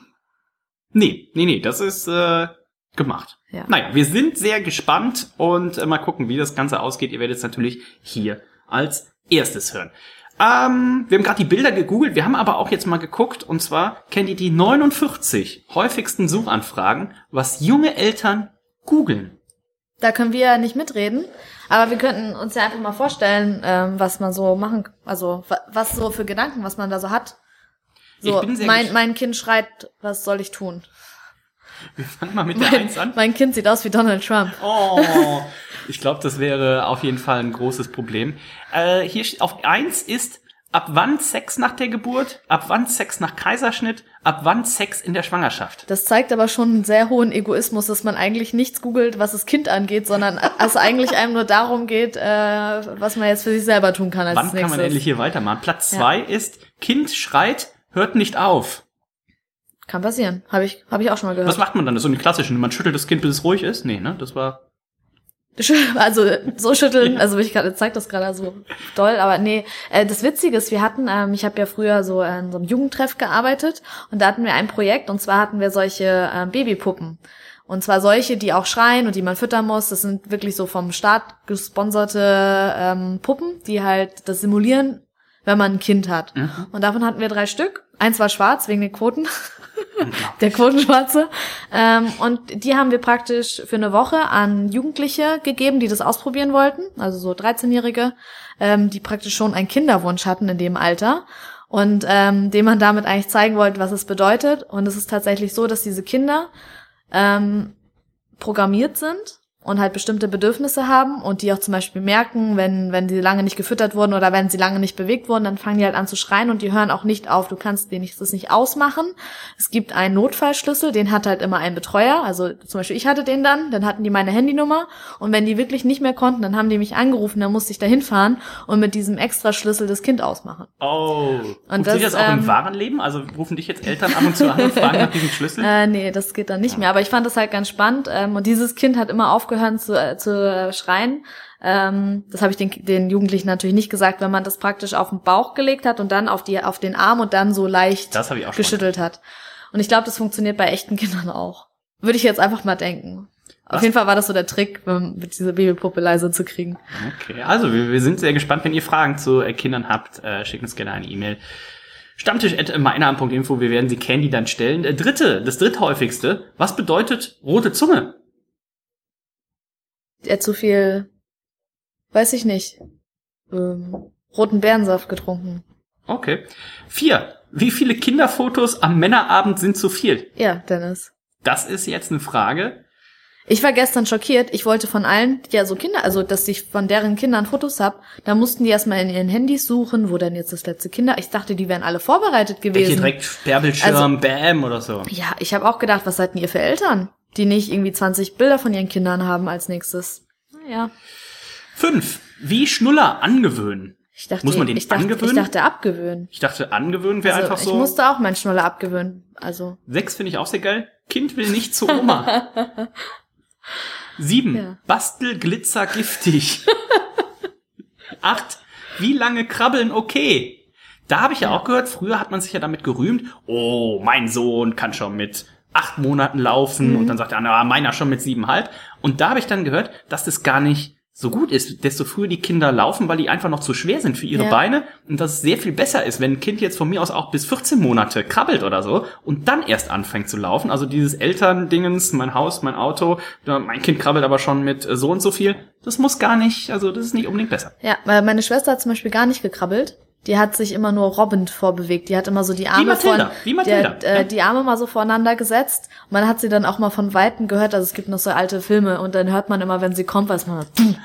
Nee, das ist gemacht. Ja. Naja, wir sind sehr gespannt und mal gucken, wie das Ganze ausgeht. Ihr werdet es natürlich hier als erstes hören. Wir haben gerade die Bilder gegoogelt, wir haben aber auch jetzt mal geguckt, und zwar kennt ihr die 49 häufigsten Suchanfragen, was junge Eltern googeln. Da können wir ja nicht mitreden, aber wir könnten uns ja einfach mal vorstellen, was man so machen, also was so für Gedanken, was man da so hat. So, mein Kind schreit, was soll ich tun? Wir fangen mal mit der 1 an. Mein Kind sieht aus wie Donald Trump. Oh, ich glaube, das wäre auf jeden Fall ein großes Problem. Hier auf 1 ist, ab wann Sex nach der Geburt, ab wann Sex nach Kaiserschnitt, ab wann Sex in der Schwangerschaft. Das zeigt aber schon einen sehr hohen Egoismus, dass man eigentlich nichts googelt, was das Kind angeht, sondern es eigentlich einem nur darum geht, was man jetzt für sich selber tun kann als wann nächstes. Kann man endlich hier weitermachen? Platz 2 ist, Kind schreit, hört nicht auf. Kann passieren. Hab ich auch schon mal gehört. Was macht man dann? Das ist so eine klassische, man schüttelt das Kind, bis es ruhig ist? Nee, ne? Das war... Also so schütteln, also ich zeig das gerade so doll, aber nee. Das Witzige ist, wir hatten, ich habe ja früher so in so einem Jugendtreff gearbeitet und da hatten wir ein Projekt und zwar hatten wir solche Babypuppen. Und zwar solche, die auch schreien und die man füttern muss. Das sind wirklich so vom Staat gesponserte Puppen, die halt das simulieren, wenn man ein Kind hat. Mhm. Und davon hatten wir 3 Stück. Eins war schwarz wegen den Quoten. Der Quotenschwarze. Und die haben wir praktisch für eine Woche an Jugendliche gegeben, die das ausprobieren wollten. Also so 13-Jährige, die praktisch schon einen Kinderwunsch hatten in dem Alter. Und dem man damit eigentlich zeigen wollte, was es bedeutet. Und es ist tatsächlich so, dass diese Kinder programmiert sind und halt bestimmte Bedürfnisse haben und die auch zum Beispiel merken, wenn sie lange nicht gefüttert wurden oder wenn sie lange nicht bewegt wurden, dann fangen die halt an zu schreien und die hören auch nicht auf. Du kannst das nicht ausmachen. Es gibt einen Notfallschlüssel, den hat halt immer ein Betreuer. Also zum Beispiel ich hatte den dann hatten die meine Handynummer und wenn die wirklich nicht mehr konnten, dann haben die mich angerufen, dann musste ich da hinfahren und mit diesem Extraschlüssel das Kind ausmachen. Oh. Und das auch im wahren Leben? Also rufen dich jetzt Eltern ab und zu an und fragen nach diesem Schlüssel? Nee, das geht dann nicht mehr. Aber ich fand das halt ganz spannend und dieses Kind hat immer aufgehört zu schreien. Das habe ich den Jugendlichen natürlich nicht gesagt, wenn man das praktisch auf den Bauch gelegt hat und dann auf den Arm und dann so leicht geschüttelt hat. Und ich glaube, das funktioniert bei echten Kindern auch. Würde ich jetzt einfach mal denken. Auf jeden Fall war das so der Trick, mit dieser Babypuppe leise zu kriegen. Okay, also wir sind sehr gespannt. Wenn ihr Fragen zu Kindern habt, schickt uns gerne eine E-Mail. Stammtisch@meinearm.info, wir werden sie Candy dann stellen. Das dritthäufigste, was bedeutet rote Zunge? Zu viel, weiß ich nicht, roten Beerensaft getrunken. Okay. 4. Wie viele Kinderfotos am Männerabend sind zu viel? Ja, Dennis. Das ist jetzt eine Frage. Ich war gestern schockiert. Ich wollte von allen, ja, so Kinder, also, dass ich von deren Kindern Fotos hab, da mussten die erstmal in ihren Handys suchen, wo denn jetzt das letzte Kinder. Ich dachte, die wären alle vorbereitet gewesen. Welche direkt Sperrbildschirm, Bam oder so. Ja, ich habe auch gedacht, was seid denn ihr für Eltern, die nicht irgendwie 20 Bilder von ihren Kindern haben als nächstes? Naja. 5. Wie Schnuller angewöhnen. Muss man den angewöhnen? Ich dachte abgewöhnen. Ich dachte, angewöhnen wäre einfach so. Ich musste auch meinen Schnuller abgewöhnen. Also 6 finde ich auch sehr geil. Kind will nicht zu Oma. 7. Ja. Bastel, Glitzer, giftig. 8. Wie lange krabbeln okay. Da habe ich ja auch gehört, früher hat man sich ja damit gerühmt, oh, mein Sohn kann schon mit 8 Monaten laufen. Und dann sagt der andere, meiner schon mit 7,5. Und da habe ich dann gehört, dass das gar nicht so gut ist, desto früher die Kinder laufen, weil die einfach noch zu schwer sind für ihre Beine und dass es sehr viel besser ist, wenn ein Kind jetzt von mir aus auch bis 14 Monate krabbelt oder so und dann erst anfängt zu laufen. Also dieses Elterndingens, mein Haus, mein Auto, mein Kind krabbelt aber schon mit so und so viel, das muss gar nicht, also das ist nicht unbedingt besser. Ja, weil meine Schwester hat zum Beispiel gar nicht gekrabbelt. Die hat sich immer nur robbend vorbewegt. Die hat immer so die Arme die Arme mal so voreinander gesetzt. Und man hat sie dann auch mal von Weitem gehört. Also es gibt noch so alte Filme und dann hört man immer, wenn sie kommt, weiß man.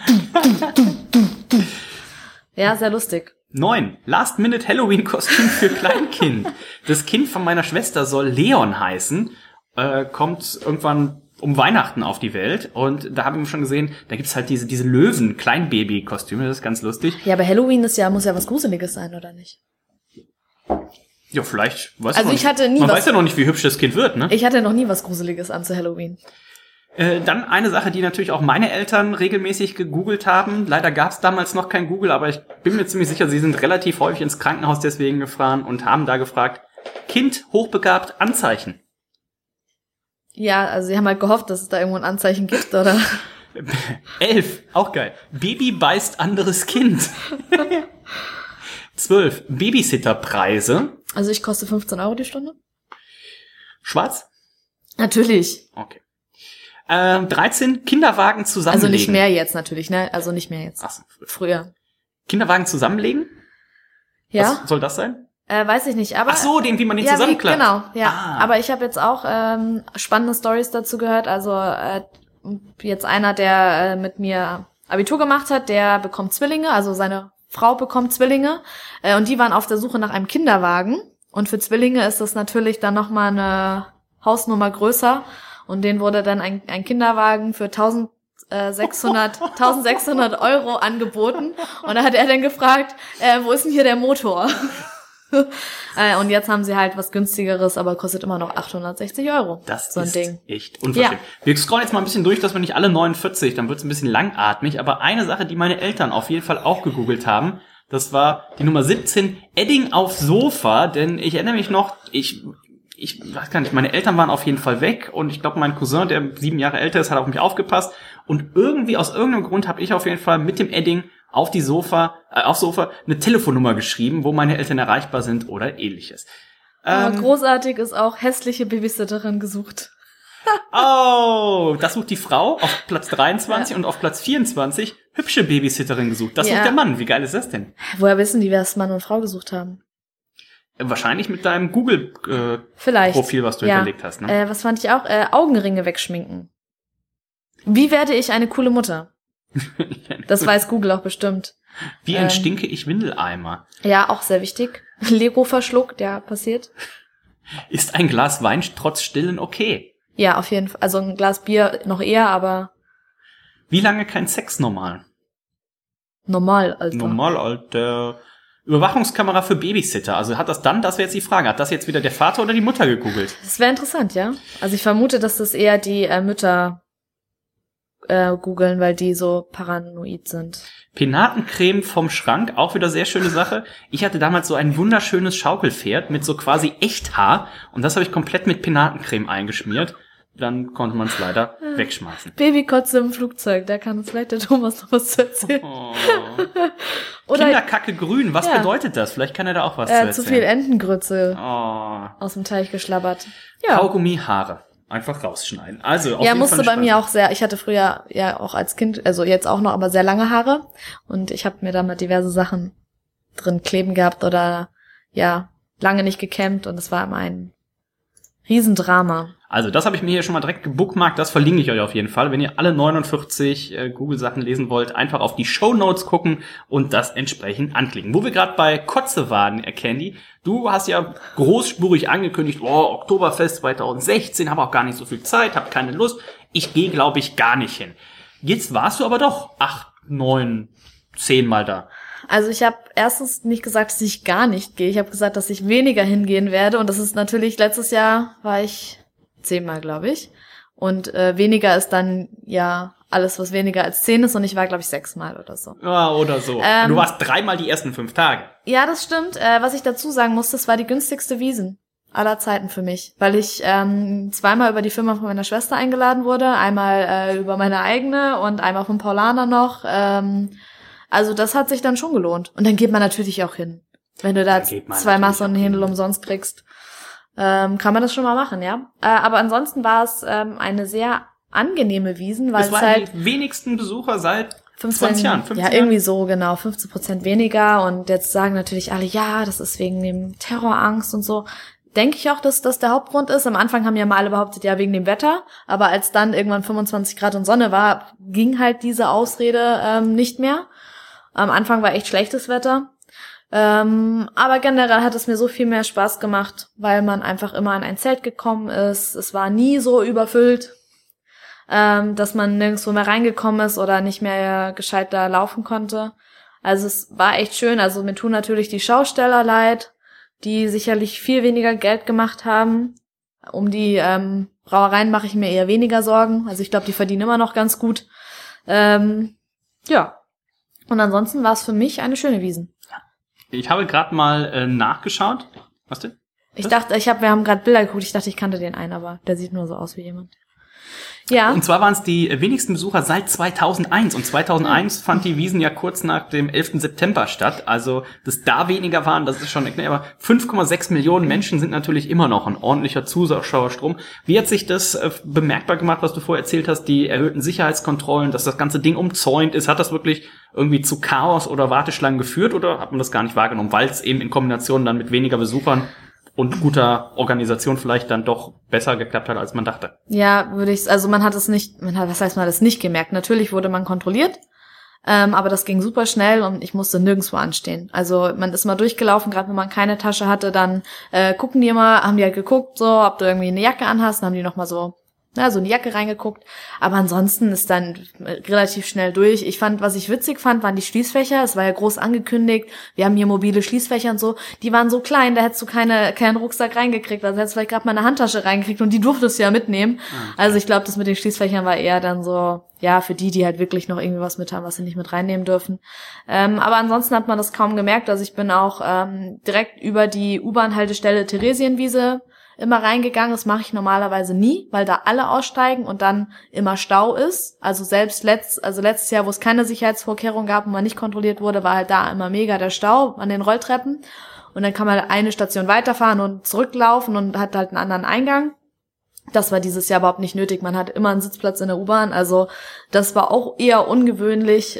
Ja, sehr lustig. 9. Last-Minute-Halloween-Kostüm für Kleinkind. Das Kind von meiner Schwester soll Leon heißen, kommt irgendwann um Weihnachten auf die Welt und da haben wir schon gesehen, da gibt's halt diese Löwen-Kleinbaby-Kostüme, das ist ganz lustig. Ja, aber Halloween muss ja was Gruseliges sein, oder nicht? Ja, vielleicht, man weiß ja noch nicht, wie hübsch das Kind wird, ne? Ich hatte noch nie was Gruseliges an zu Halloween. Dann eine Sache, die natürlich auch meine Eltern regelmäßig gegoogelt haben. Leider gab's damals noch kein Google, aber ich bin mir ziemlich sicher, sie sind relativ häufig ins Krankenhaus deswegen gefahren und haben da gefragt, Kind hochbegabt, Anzeichen. Ja, also sie haben halt gehofft, dass es da irgendwo ein Anzeichen gibt, oder? 11, auch geil. Baby beißt anderes Kind. 12, Babysitterpreise. Also ich koste 15 € die Stunde. Schwarz? Natürlich. Okay. 13, Kinderwagen zusammenlegen. Also nicht mehr jetzt natürlich, ne? Also nicht mehr jetzt. Ach so. Früher. Kinderwagen zusammenlegen? Ja. Was soll das sein? Weiß ich nicht, aber... Ach so, wie man den zusammenklappt. Genau, ja. Aber ich habe jetzt auch spannende Stories dazu gehört. Also jetzt einer, der mit mir Abitur gemacht hat, der bekommt Zwillinge, also seine Frau bekommt Zwillinge. Und die waren auf der Suche nach einem Kinderwagen. Und für Zwillinge ist das natürlich dann nochmal eine Hausnummer größer. Und denen wurde dann ein Kinderwagen für 1600 € angeboten. Und da hat er dann gefragt, wo ist denn hier der Motor? Und jetzt haben sie halt was günstigeres, aber kostet immer noch 860 €. Das so ein ist Ding. echt unverschämt. Ja. Wir scrollen jetzt mal ein bisschen durch, dass wir nicht alle 49, dann wird's ein bisschen langatmig. Aber eine Sache, die meine Eltern auf jeden Fall auch gegoogelt haben, das war die Nummer 17, Edding auf Sofa. Denn ich erinnere mich noch, ich weiß gar nicht, meine Eltern waren auf jeden Fall weg und ich glaube, mein Cousin, der 7 Jahre älter ist, hat auf mich aufgepasst und irgendwie aus irgendeinem Grund habe ich auf jeden Fall mit dem Edding aufs Sofa eine Telefonnummer geschrieben, wo meine Eltern erreichbar sind oder ähnliches. Aber großartig ist auch hässliche Babysitterin gesucht. Oh, das sucht die Frau auf Platz 23 und auf Platz 24 hübsche Babysitterin gesucht. Das sucht der Mann. Wie geil ist das denn? Woher wissen die, wer es Mann und Frau gesucht haben? Wahrscheinlich mit deinem Google-Profil, was du hinterlegt hast. Ne? Was fand ich auch? Augenringe wegschminken. Wie werde ich eine coole Mutter? Das weiß Google auch bestimmt. Wie entstinke ich Windeleimer? Ja, auch sehr wichtig. Lego-Verschluck, der passiert. Ist ein Glas Wein trotz Stillen okay? Ja, auf jeden Fall. Also ein Glas Bier noch eher, aber... Wie lange kein Sex normal? Normal, Alter. Normal, Alter. Überwachungskamera für Babysitter. Also das wäre jetzt die Frage, hat das jetzt wieder der Vater oder die Mutter gegoogelt? Das wäre interessant, ja. Also ich vermute, dass das eher die Mütter googeln, weil die so paranoid sind. Penatencreme vom Schrank, auch wieder sehr schöne Sache. Ich hatte damals so ein wunderschönes Schaukelpferd mit so quasi Echthaar und das habe ich komplett mit Penatencreme eingeschmiert. Dann konnte man es leider wegschmeißen. Babykotze im Flugzeug, da kann uns vielleicht der Thomas noch was zu erzählen. Oh. Oder Kinderkacke grün, was bedeutet das? Vielleicht kann er da auch was zu erzählen. Zu viel Entengrütze aus dem Teich geschlabbert. Ja. Kaugummi, Haare. Einfach rausschneiden. Also, auf jeden musste Fall bei mir auch sehr, ich hatte früher ja auch als Kind, also jetzt auch noch, aber sehr lange Haare. Und ich habe mir damit diverse Sachen drin kleben gehabt oder ja, lange nicht gekämmt und es war immer ein Riesendrama. Also das habe ich mir hier schon mal direkt gebookmarkt, das verlinke ich euch auf jeden Fall. Wenn ihr alle 49 Google-Sachen lesen wollt, einfach auf die Shownotes gucken und das entsprechend anklicken. Wo wir gerade bei Kotze waren, Candy, du hast ja großspurig angekündigt, Oktoberfest 2016, habe auch gar nicht so viel Zeit, habe keine Lust, ich gehe, glaube ich, gar nicht hin. Jetzt warst du aber doch 8, 9, 10 Mal da. Also ich habe erstens nicht gesagt, dass ich gar nicht gehe. Ich habe gesagt, dass ich weniger hingehen werde. Und das ist natürlich, letztes Jahr war ich 10 Mal, glaube ich. Und weniger ist dann ja alles, was weniger als 10 ist. Und ich war, glaube ich, 6 Mal oder so. Ja, oder so. Du warst 3 Mal die ersten 5 Tage. Ja, das stimmt. Was ich dazu sagen muss, das war die günstigste Wiesn aller Zeiten für mich. Weil ich 2-mal über die Firma von meiner Schwester eingeladen wurde. Einmal über meine eigene und einmal von Paulaner noch. Also das hat sich dann schon gelohnt. Und dann geht man natürlich auch hin. Wenn du da 2 Masse und einen Händel umsonst kriegst, kann man das schon mal machen, ja. Aber ansonsten war es eine sehr angenehme Wiesn, weil es waren halt die wenigsten Besucher seit 15 20 Jahren. 15 irgendwie so, genau, 15% weniger. Und jetzt sagen natürlich alle, ja, das ist wegen dem Terrorangst und so. Denke ich auch, dass das der Hauptgrund ist. Am Anfang haben ja mal alle behauptet, ja, wegen dem Wetter. Aber als dann irgendwann 25 Grad und Sonne war, ging halt diese Ausrede nicht mehr. Am Anfang war echt schlechtes Wetter. Aber generell hat es mir so viel mehr Spaß gemacht, weil man einfach immer an ein Zelt gekommen ist. Es war nie so überfüllt, dass man nirgendwo mehr reingekommen ist oder nicht mehr gescheit da laufen konnte. Also es war echt schön. Also mir tun natürlich die Schausteller leid, die sicherlich viel weniger Geld gemacht haben. Um die Brauereien mache ich mir eher weniger Sorgen. Also ich glaube, die verdienen immer noch ganz gut. Ja. Und ansonsten war es für mich eine schöne Wiesn. Ich habe gerade mal nachgeschaut. Was denn? Ich dachte, wir haben gerade Bilder geguckt, ich dachte, ich kannte den einen, aber der sieht nur so aus wie jemand. Ja. Und zwar waren es die wenigsten Besucher seit 2001. Und 2001 fand die Wiesn ja kurz nach dem 11. September statt. Also, dass da weniger waren, das ist schon erklärt. Aber 5,6 Millionen Menschen sind natürlich immer noch ein ordentlicher Zuschauerstrom. Wie hat sich das bemerkbar gemacht, was du vorher erzählt hast, die erhöhten Sicherheitskontrollen, dass das ganze Ding umzäunt ist? Hat das wirklich irgendwie zu Chaos oder Warteschlangen geführt oder hat man das gar nicht wahrgenommen, weil es eben in Kombination dann mit weniger Besuchern und guter Organisation vielleicht dann doch besser geklappt hat, als man dachte? Ja, man hat es nicht gemerkt. Natürlich wurde man kontrolliert, aber das ging super schnell und ich musste nirgendwo anstehen. Also man ist mal durchgelaufen, gerade wenn man keine Tasche hatte, dann haben die halt geguckt, so, ob du irgendwie eine Jacke anhast, dann haben die nochmal so eine Jacke reingeguckt. Aber ansonsten ist dann relativ schnell durch. Was ich witzig fand, waren die Schließfächer. Es war ja groß angekündigt. Wir haben hier mobile Schließfächer und so. Die waren so klein, da hättest du keinen Rucksack reingekriegt. Also hättest du vielleicht gerade mal eine Handtasche reingekriegt und die durftest du ja mitnehmen. Okay. Also ich glaube, das mit den Schließfächern war eher dann so, ja, für die halt wirklich noch irgendwie was mit haben, was sie nicht mit reinnehmen dürfen. Aber ansonsten hat man das kaum gemerkt. Also ich bin auch direkt über die U-Bahn-Haltestelle Theresienwiese immer reingegangen. Das mache ich normalerweise nie, weil da alle aussteigen und dann immer Stau ist. Also selbst letztes Jahr, wo es keine Sicherheitsvorkehrungen gab und man nicht kontrolliert wurde, war halt da immer mega der Stau an den Rolltreppen. Und dann kann man eine Station weiterfahren und zurücklaufen und hat halt einen anderen Eingang. Das war dieses Jahr überhaupt nicht nötig. Man hat immer einen Sitzplatz in der U-Bahn. Also das war auch eher ungewöhnlich.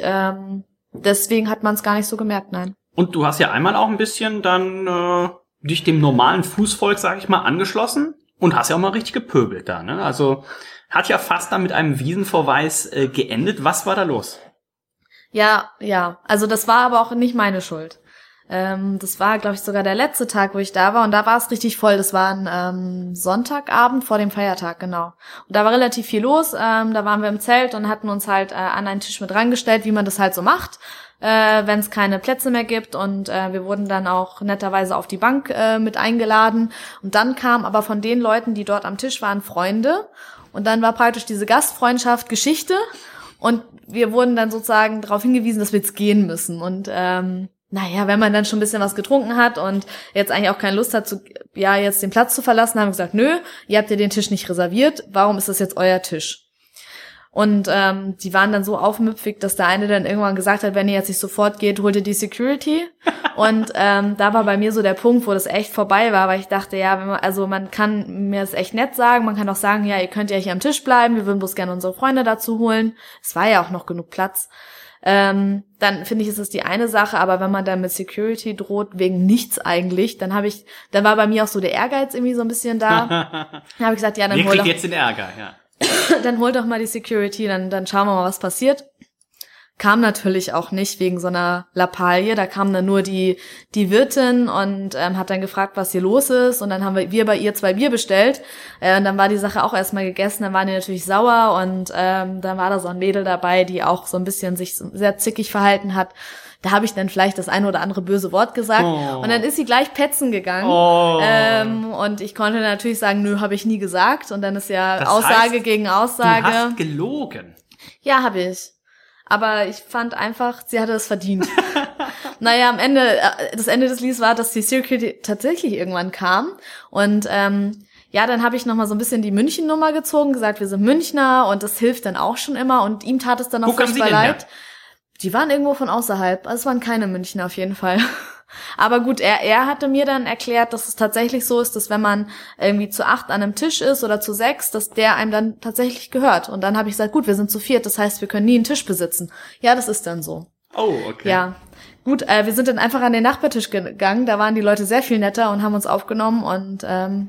Deswegen hat man es gar nicht so gemerkt, nein. Und du hast ja einmal auch ein bisschen dann dich dem normalen Fußvolk, sag ich mal, angeschlossen und hast ja auch mal richtig gepöbelt da, ne? Also hat ja fast dann mit einem Wiesenverweis geendet. Was war da los? Ja, also das war aber auch nicht meine Schuld. Das war, glaube ich, sogar der letzte Tag, wo ich da war und da war es richtig voll. Das war ein Sonntagabend vor dem Feiertag, genau. Und da war relativ viel los. Da waren wir im Zelt und hatten uns halt an einen Tisch mit rangestellt, wie man das halt so macht, wenn es keine Plätze mehr gibt. Und wir wurden dann auch netterweise auf die Bank mit eingeladen. Und dann kamen aber von den Leuten, die dort am Tisch waren, Freunde. Und dann war praktisch diese Gastfreundschaft Geschichte. Und wir wurden dann sozusagen darauf hingewiesen, dass wir jetzt gehen müssen. Und wenn man dann schon ein bisschen was getrunken hat und jetzt eigentlich auch keine Lust hat, jetzt den Platz zu verlassen, haben wir gesagt, nö, ihr habt ja den Tisch nicht reserviert, warum ist das jetzt euer Tisch? Und die waren dann so aufmüpfig, dass der eine dann irgendwann gesagt hat, wenn ihr jetzt nicht sofort geht, holt ihr die Security. Und da war bei mir so der Punkt, wo das echt vorbei war, weil ich dachte, man kann mir das echt nett sagen, man kann auch sagen, ja, ihr könnt ja hier am Tisch bleiben, wir würden bloß gerne unsere Freunde dazu holen. Es war ja auch noch genug Platz. dann finde ich, ist das die eine Sache, aber wenn man dann mit Security droht, wegen nichts eigentlich, dann war bei mir auch so der Ehrgeiz irgendwie so ein bisschen da. Dann habe ich gesagt, ja, dann Wer kriegt jetzt den Ärger, ja. dann hol doch mal die Security, dann schauen wir mal, was passiert. Kam natürlich auch nicht wegen so einer Lappalie, da kam dann nur die Wirtin und hat dann gefragt, was hier los ist, und dann haben wir bei ihr 2 Bier bestellt, und dann war die Sache auch erstmal gegessen, dann waren die natürlich sauer, und dann war da so ein Mädel dabei, die auch so ein bisschen sich sehr zickig verhalten hat. Da habe ich dann vielleicht das eine oder andere böse Wort gesagt, und dann ist sie gleich petzen gegangen, und ich konnte natürlich sagen, nö, habe ich nie gesagt, und dann ist ja das Aussage gegen Aussage. Du hast gelogen. Ja, habe ich. Aber ich fand einfach, sie hatte es verdient. Naja, das Ende des Liedes war, dass die Security tatsächlich irgendwann kam. Und dann habe ich nochmal so ein bisschen die München-Nummer gezogen, gesagt, wir sind Münchner, und das hilft dann auch schon immer. Und ihm tat es dann auch furchtbar leid. Die waren irgendwo von außerhalb. Also es waren keine Münchner auf jeden Fall. Aber gut, er hatte mir dann erklärt, dass es tatsächlich so ist, dass wenn man irgendwie zu 8 an einem Tisch ist oder zu 6, dass der einem dann tatsächlich gehört. Und dann habe ich gesagt, gut, wir sind zu 4, das heißt, wir können nie einen Tisch besitzen. Ja, das ist dann so. Oh, okay. Ja, gut, wir sind dann einfach an den Nachbartisch gegangen. Da waren die Leute sehr viel netter und haben uns aufgenommen. Und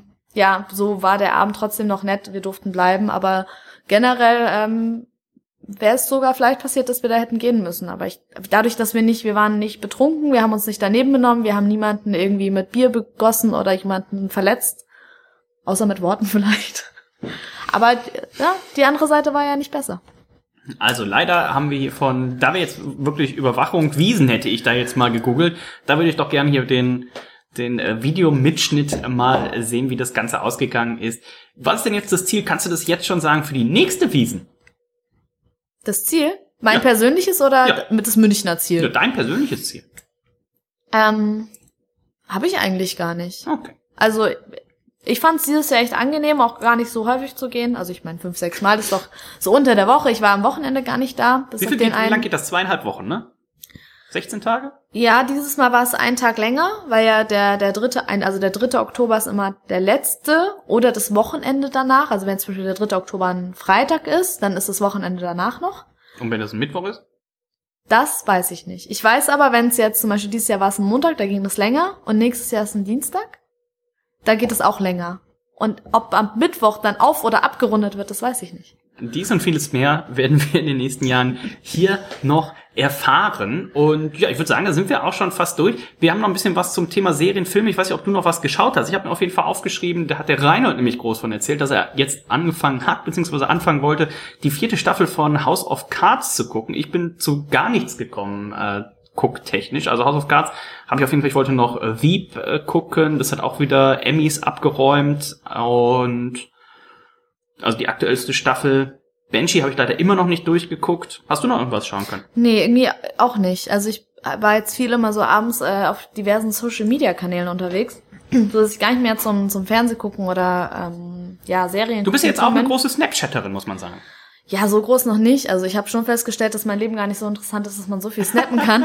so war der Abend trotzdem noch nett. Wir durften bleiben, aber generell wäre es sogar vielleicht passiert, dass wir da hätten gehen müssen. Aber dadurch, dass wir waren nicht betrunken, wir haben uns nicht daneben benommen, wir haben niemanden irgendwie mit Bier begossen oder jemanden verletzt. Außer mit Worten vielleicht. Aber ja, die andere Seite war ja nicht besser. Also leider haben wir hier da wir jetzt wirklich Überwachung, Wiesen hätte ich da jetzt mal gegoogelt, da würde ich doch gerne hier den Videomitschnitt mal sehen, wie das Ganze ausgegangen ist. Was ist denn jetzt das Ziel? Kannst du das jetzt schon sagen für die nächste Wiesen? Das Ziel? Mein persönliches oder mit das Münchner Ziel? Ja, dein persönliches Ziel. Habe ich eigentlich gar nicht. Okay. Also ich fand es dieses Jahr echt angenehm, auch gar nicht so häufig zu gehen. Also ich meine, 5, 6 Mal ist doch so unter der Woche. Ich war am Wochenende gar nicht da. Wie lang geht das? 2,5 Wochen, ne? 16 Tage? Ja, dieses Mal war es einen Tag länger, weil ja der 3. Oktober ist immer der letzte oder das Wochenende danach. Also wenn zum Beispiel der 3. Oktober ein Freitag ist, dann ist das Wochenende danach noch. Und wenn das ein Mittwoch ist? Das weiß ich nicht. Ich weiß aber, wenn es jetzt zum Beispiel dieses Jahr war es ein Montag, da ging das länger, und nächstes Jahr ist ein Dienstag, da geht es auch länger. Und ob am Mittwoch dann auf- oder abgerundet wird, das weiß ich nicht. Dies und vieles mehr werden wir in den nächsten Jahren hier noch erfahren. Und ja, ich würde sagen, da sind wir auch schon fast durch. Wir haben noch ein bisschen was zum Thema Serien, Filme. Ich weiß nicht, ob du noch was geschaut hast. Ich habe mir auf jeden Fall aufgeschrieben, da hat der Reinhold nämlich groß von erzählt, dass er jetzt angefangen hat, beziehungsweise anfangen wollte, die 4. Staffel von House of Cards zu gucken. Ich bin zu gar nichts gekommen, gucktechnisch. Also House of Cards habe ich auf jeden Fall, ich wollte noch Veep gucken. Das hat auch wieder Emmys abgeräumt. Und also die aktuellste Staffel. Banshee habe ich leider immer noch nicht durchgeguckt. Hast du noch irgendwas schauen können? Nee, irgendwie auch nicht. Also ich war jetzt viel immer so abends auf diversen Social-Media-Kanälen unterwegs, so dass ich gar nicht mehr zum Fernseh gucken oder Serien. Du bist jetzt auch eine große Snapchatterin, muss man sagen. Ja, so groß noch nicht. Also ich habe schon festgestellt, dass mein Leben gar nicht so interessant ist, dass man so viel snappen kann.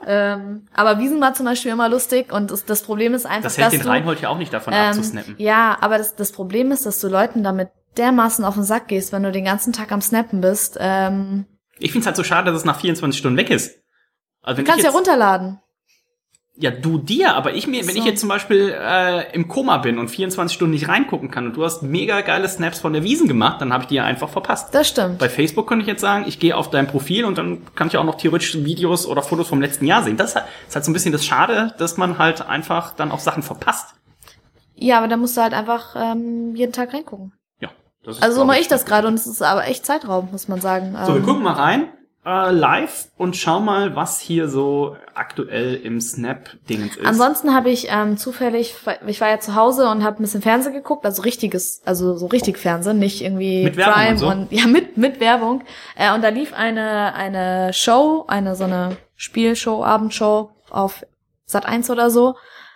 Aber Wiesen war zum Beispiel immer lustig, und das Problem ist einfach, das hält den Reinhold ja auch nicht davon ab, zu snappen. Ja, aber das Problem ist, dass du Leuten damit dermaßen auf den Sack gehst, wenn du den ganzen Tag am Snappen bist. Ich find's halt so schade, dass es nach 24 Stunden weg ist. Also wenn du kannst ja runterladen. Ja, du dir, aber wenn ich jetzt zum Beispiel im Koma bin und 24 Stunden nicht reingucken kann und du hast mega geile Snaps von der Wiesn gemacht, dann habe ich die ja einfach verpasst. Das stimmt. Bei Facebook könnte ich jetzt sagen, ich gehe auf dein Profil und dann kann ich auch noch theoretisch Videos oder Fotos vom letzten Jahr sehen. Das ist halt so ein bisschen das Schade, dass man halt einfach dann auch Sachen verpasst. Ja, aber da musst du halt einfach jeden Tag reingucken. Ja. Das ist, also so mache ich das gerade, und es ist aber echt Zeitraum, muss man sagen. So, wir gucken mal rein. Live und schau mal, was hier so aktuell im Snap-Dingens ist. Ansonsten habe ich zufällig, ich war ja zu Hause und habe ein bisschen Fernsehen geguckt, also so richtig Fernsehen, nicht irgendwie mit Werbung Prime und so? und ja, mit Werbung. Und da lief eine Show, so eine Spielshow, Abendshow auf Sat.1 oder so.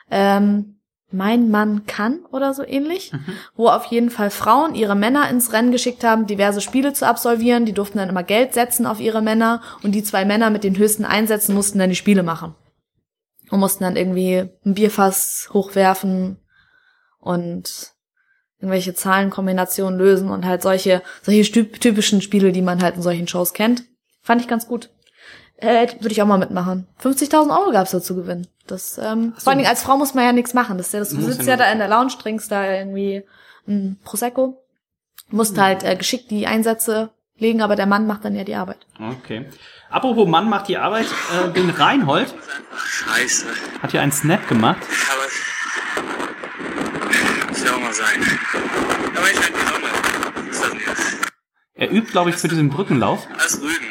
Mein Mann kann oder so ähnlich, wo auf jeden Fall Frauen ihre Männer ins Rennen geschickt haben, diverse Spiele zu absolvieren. Die durften dann immer Geld setzen auf ihre Männer, und die 2 Männer mit den höchsten Einsätzen mussten dann die Spiele machen und mussten dann irgendwie ein Bierfass hochwerfen und irgendwelche Zahlenkombinationen lösen und halt solche typischen Spiele, die man halt in solchen Shows kennt. Fand ich ganz gut. Würde ich auch mal mitmachen. 50.000 Euro gab's da zu gewinnen. Das, vor allen Dingen als Frau muss man ja nichts machen. Du sitzt ja da in der Lounge, trinkst da irgendwie ein Prosecco, musst halt geschickt die Einsätze legen, aber der Mann macht dann ja die Arbeit. Okay. Apropos Mann macht die Arbeit, den Reinhold Scheiße. hat hier einen Snap gemacht. Aber muss ja auch mal sein. Aber ich halt die Sonne. Was ist das denn jetzt? Er übt, glaube ich, für diesen Brückenlauf. Das Rügen.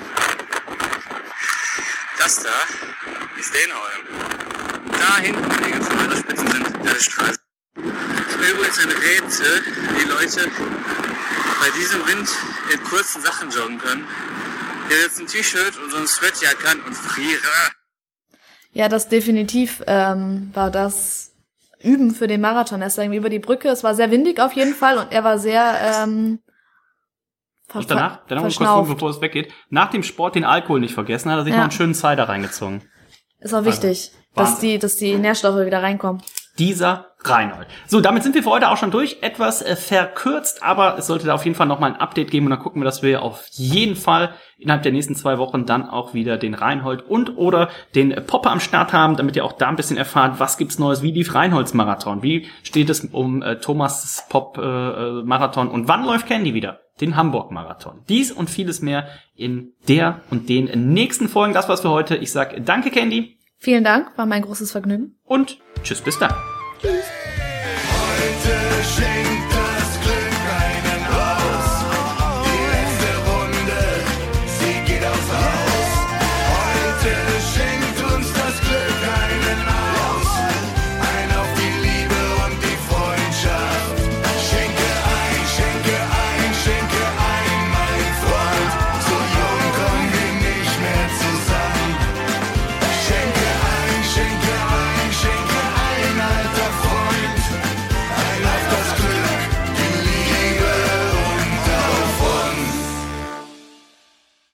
Das da ist Denholm. Da hinten, die ganzen Wetterspitzen sind, das ist Straße. Ich bin übrigens ein Rätsel, wie Leute bei diesem Wind in kurzen Sachen joggen können. Hier jetzt ein T-Shirt und so ein Sweatjacke an und friere. Ja, das definitiv war das Üben für den Marathon. Er ist irgendwie über die Brücke. Es war sehr windig auf jeden Fall und er war sehr Und danach kurz verschnauft. bevor es weggeht, nach dem Sport den Alkohol nicht vergessen, hat er sich noch einen schönen Cider reingezogen. Ist auch wichtig, dass die Nährstoffe wieder reinkommen. Dieser Reinhold. So, damit sind wir für heute auch schon durch. Etwas verkürzt, aber es sollte da auf jeden Fall nochmal ein Update geben und dann gucken wir, dass wir auf jeden Fall innerhalb der nächsten 2 Wochen dann auch wieder den Reinhold und oder den Popper am Start haben, damit ihr auch da ein bisschen erfahrt, was gibt's Neues, wie lief Reinholds Marathon, wie steht es um Thomas Pop Marathon und wann läuft Candy wieder? Den Hamburg-Marathon. Dies und vieles mehr in der und den nächsten Folgen. Das war's für heute. Ich sag danke, Candy. Vielen Dank, war mein großes Vergnügen. Und tschüss, bis dann. Heute schenkt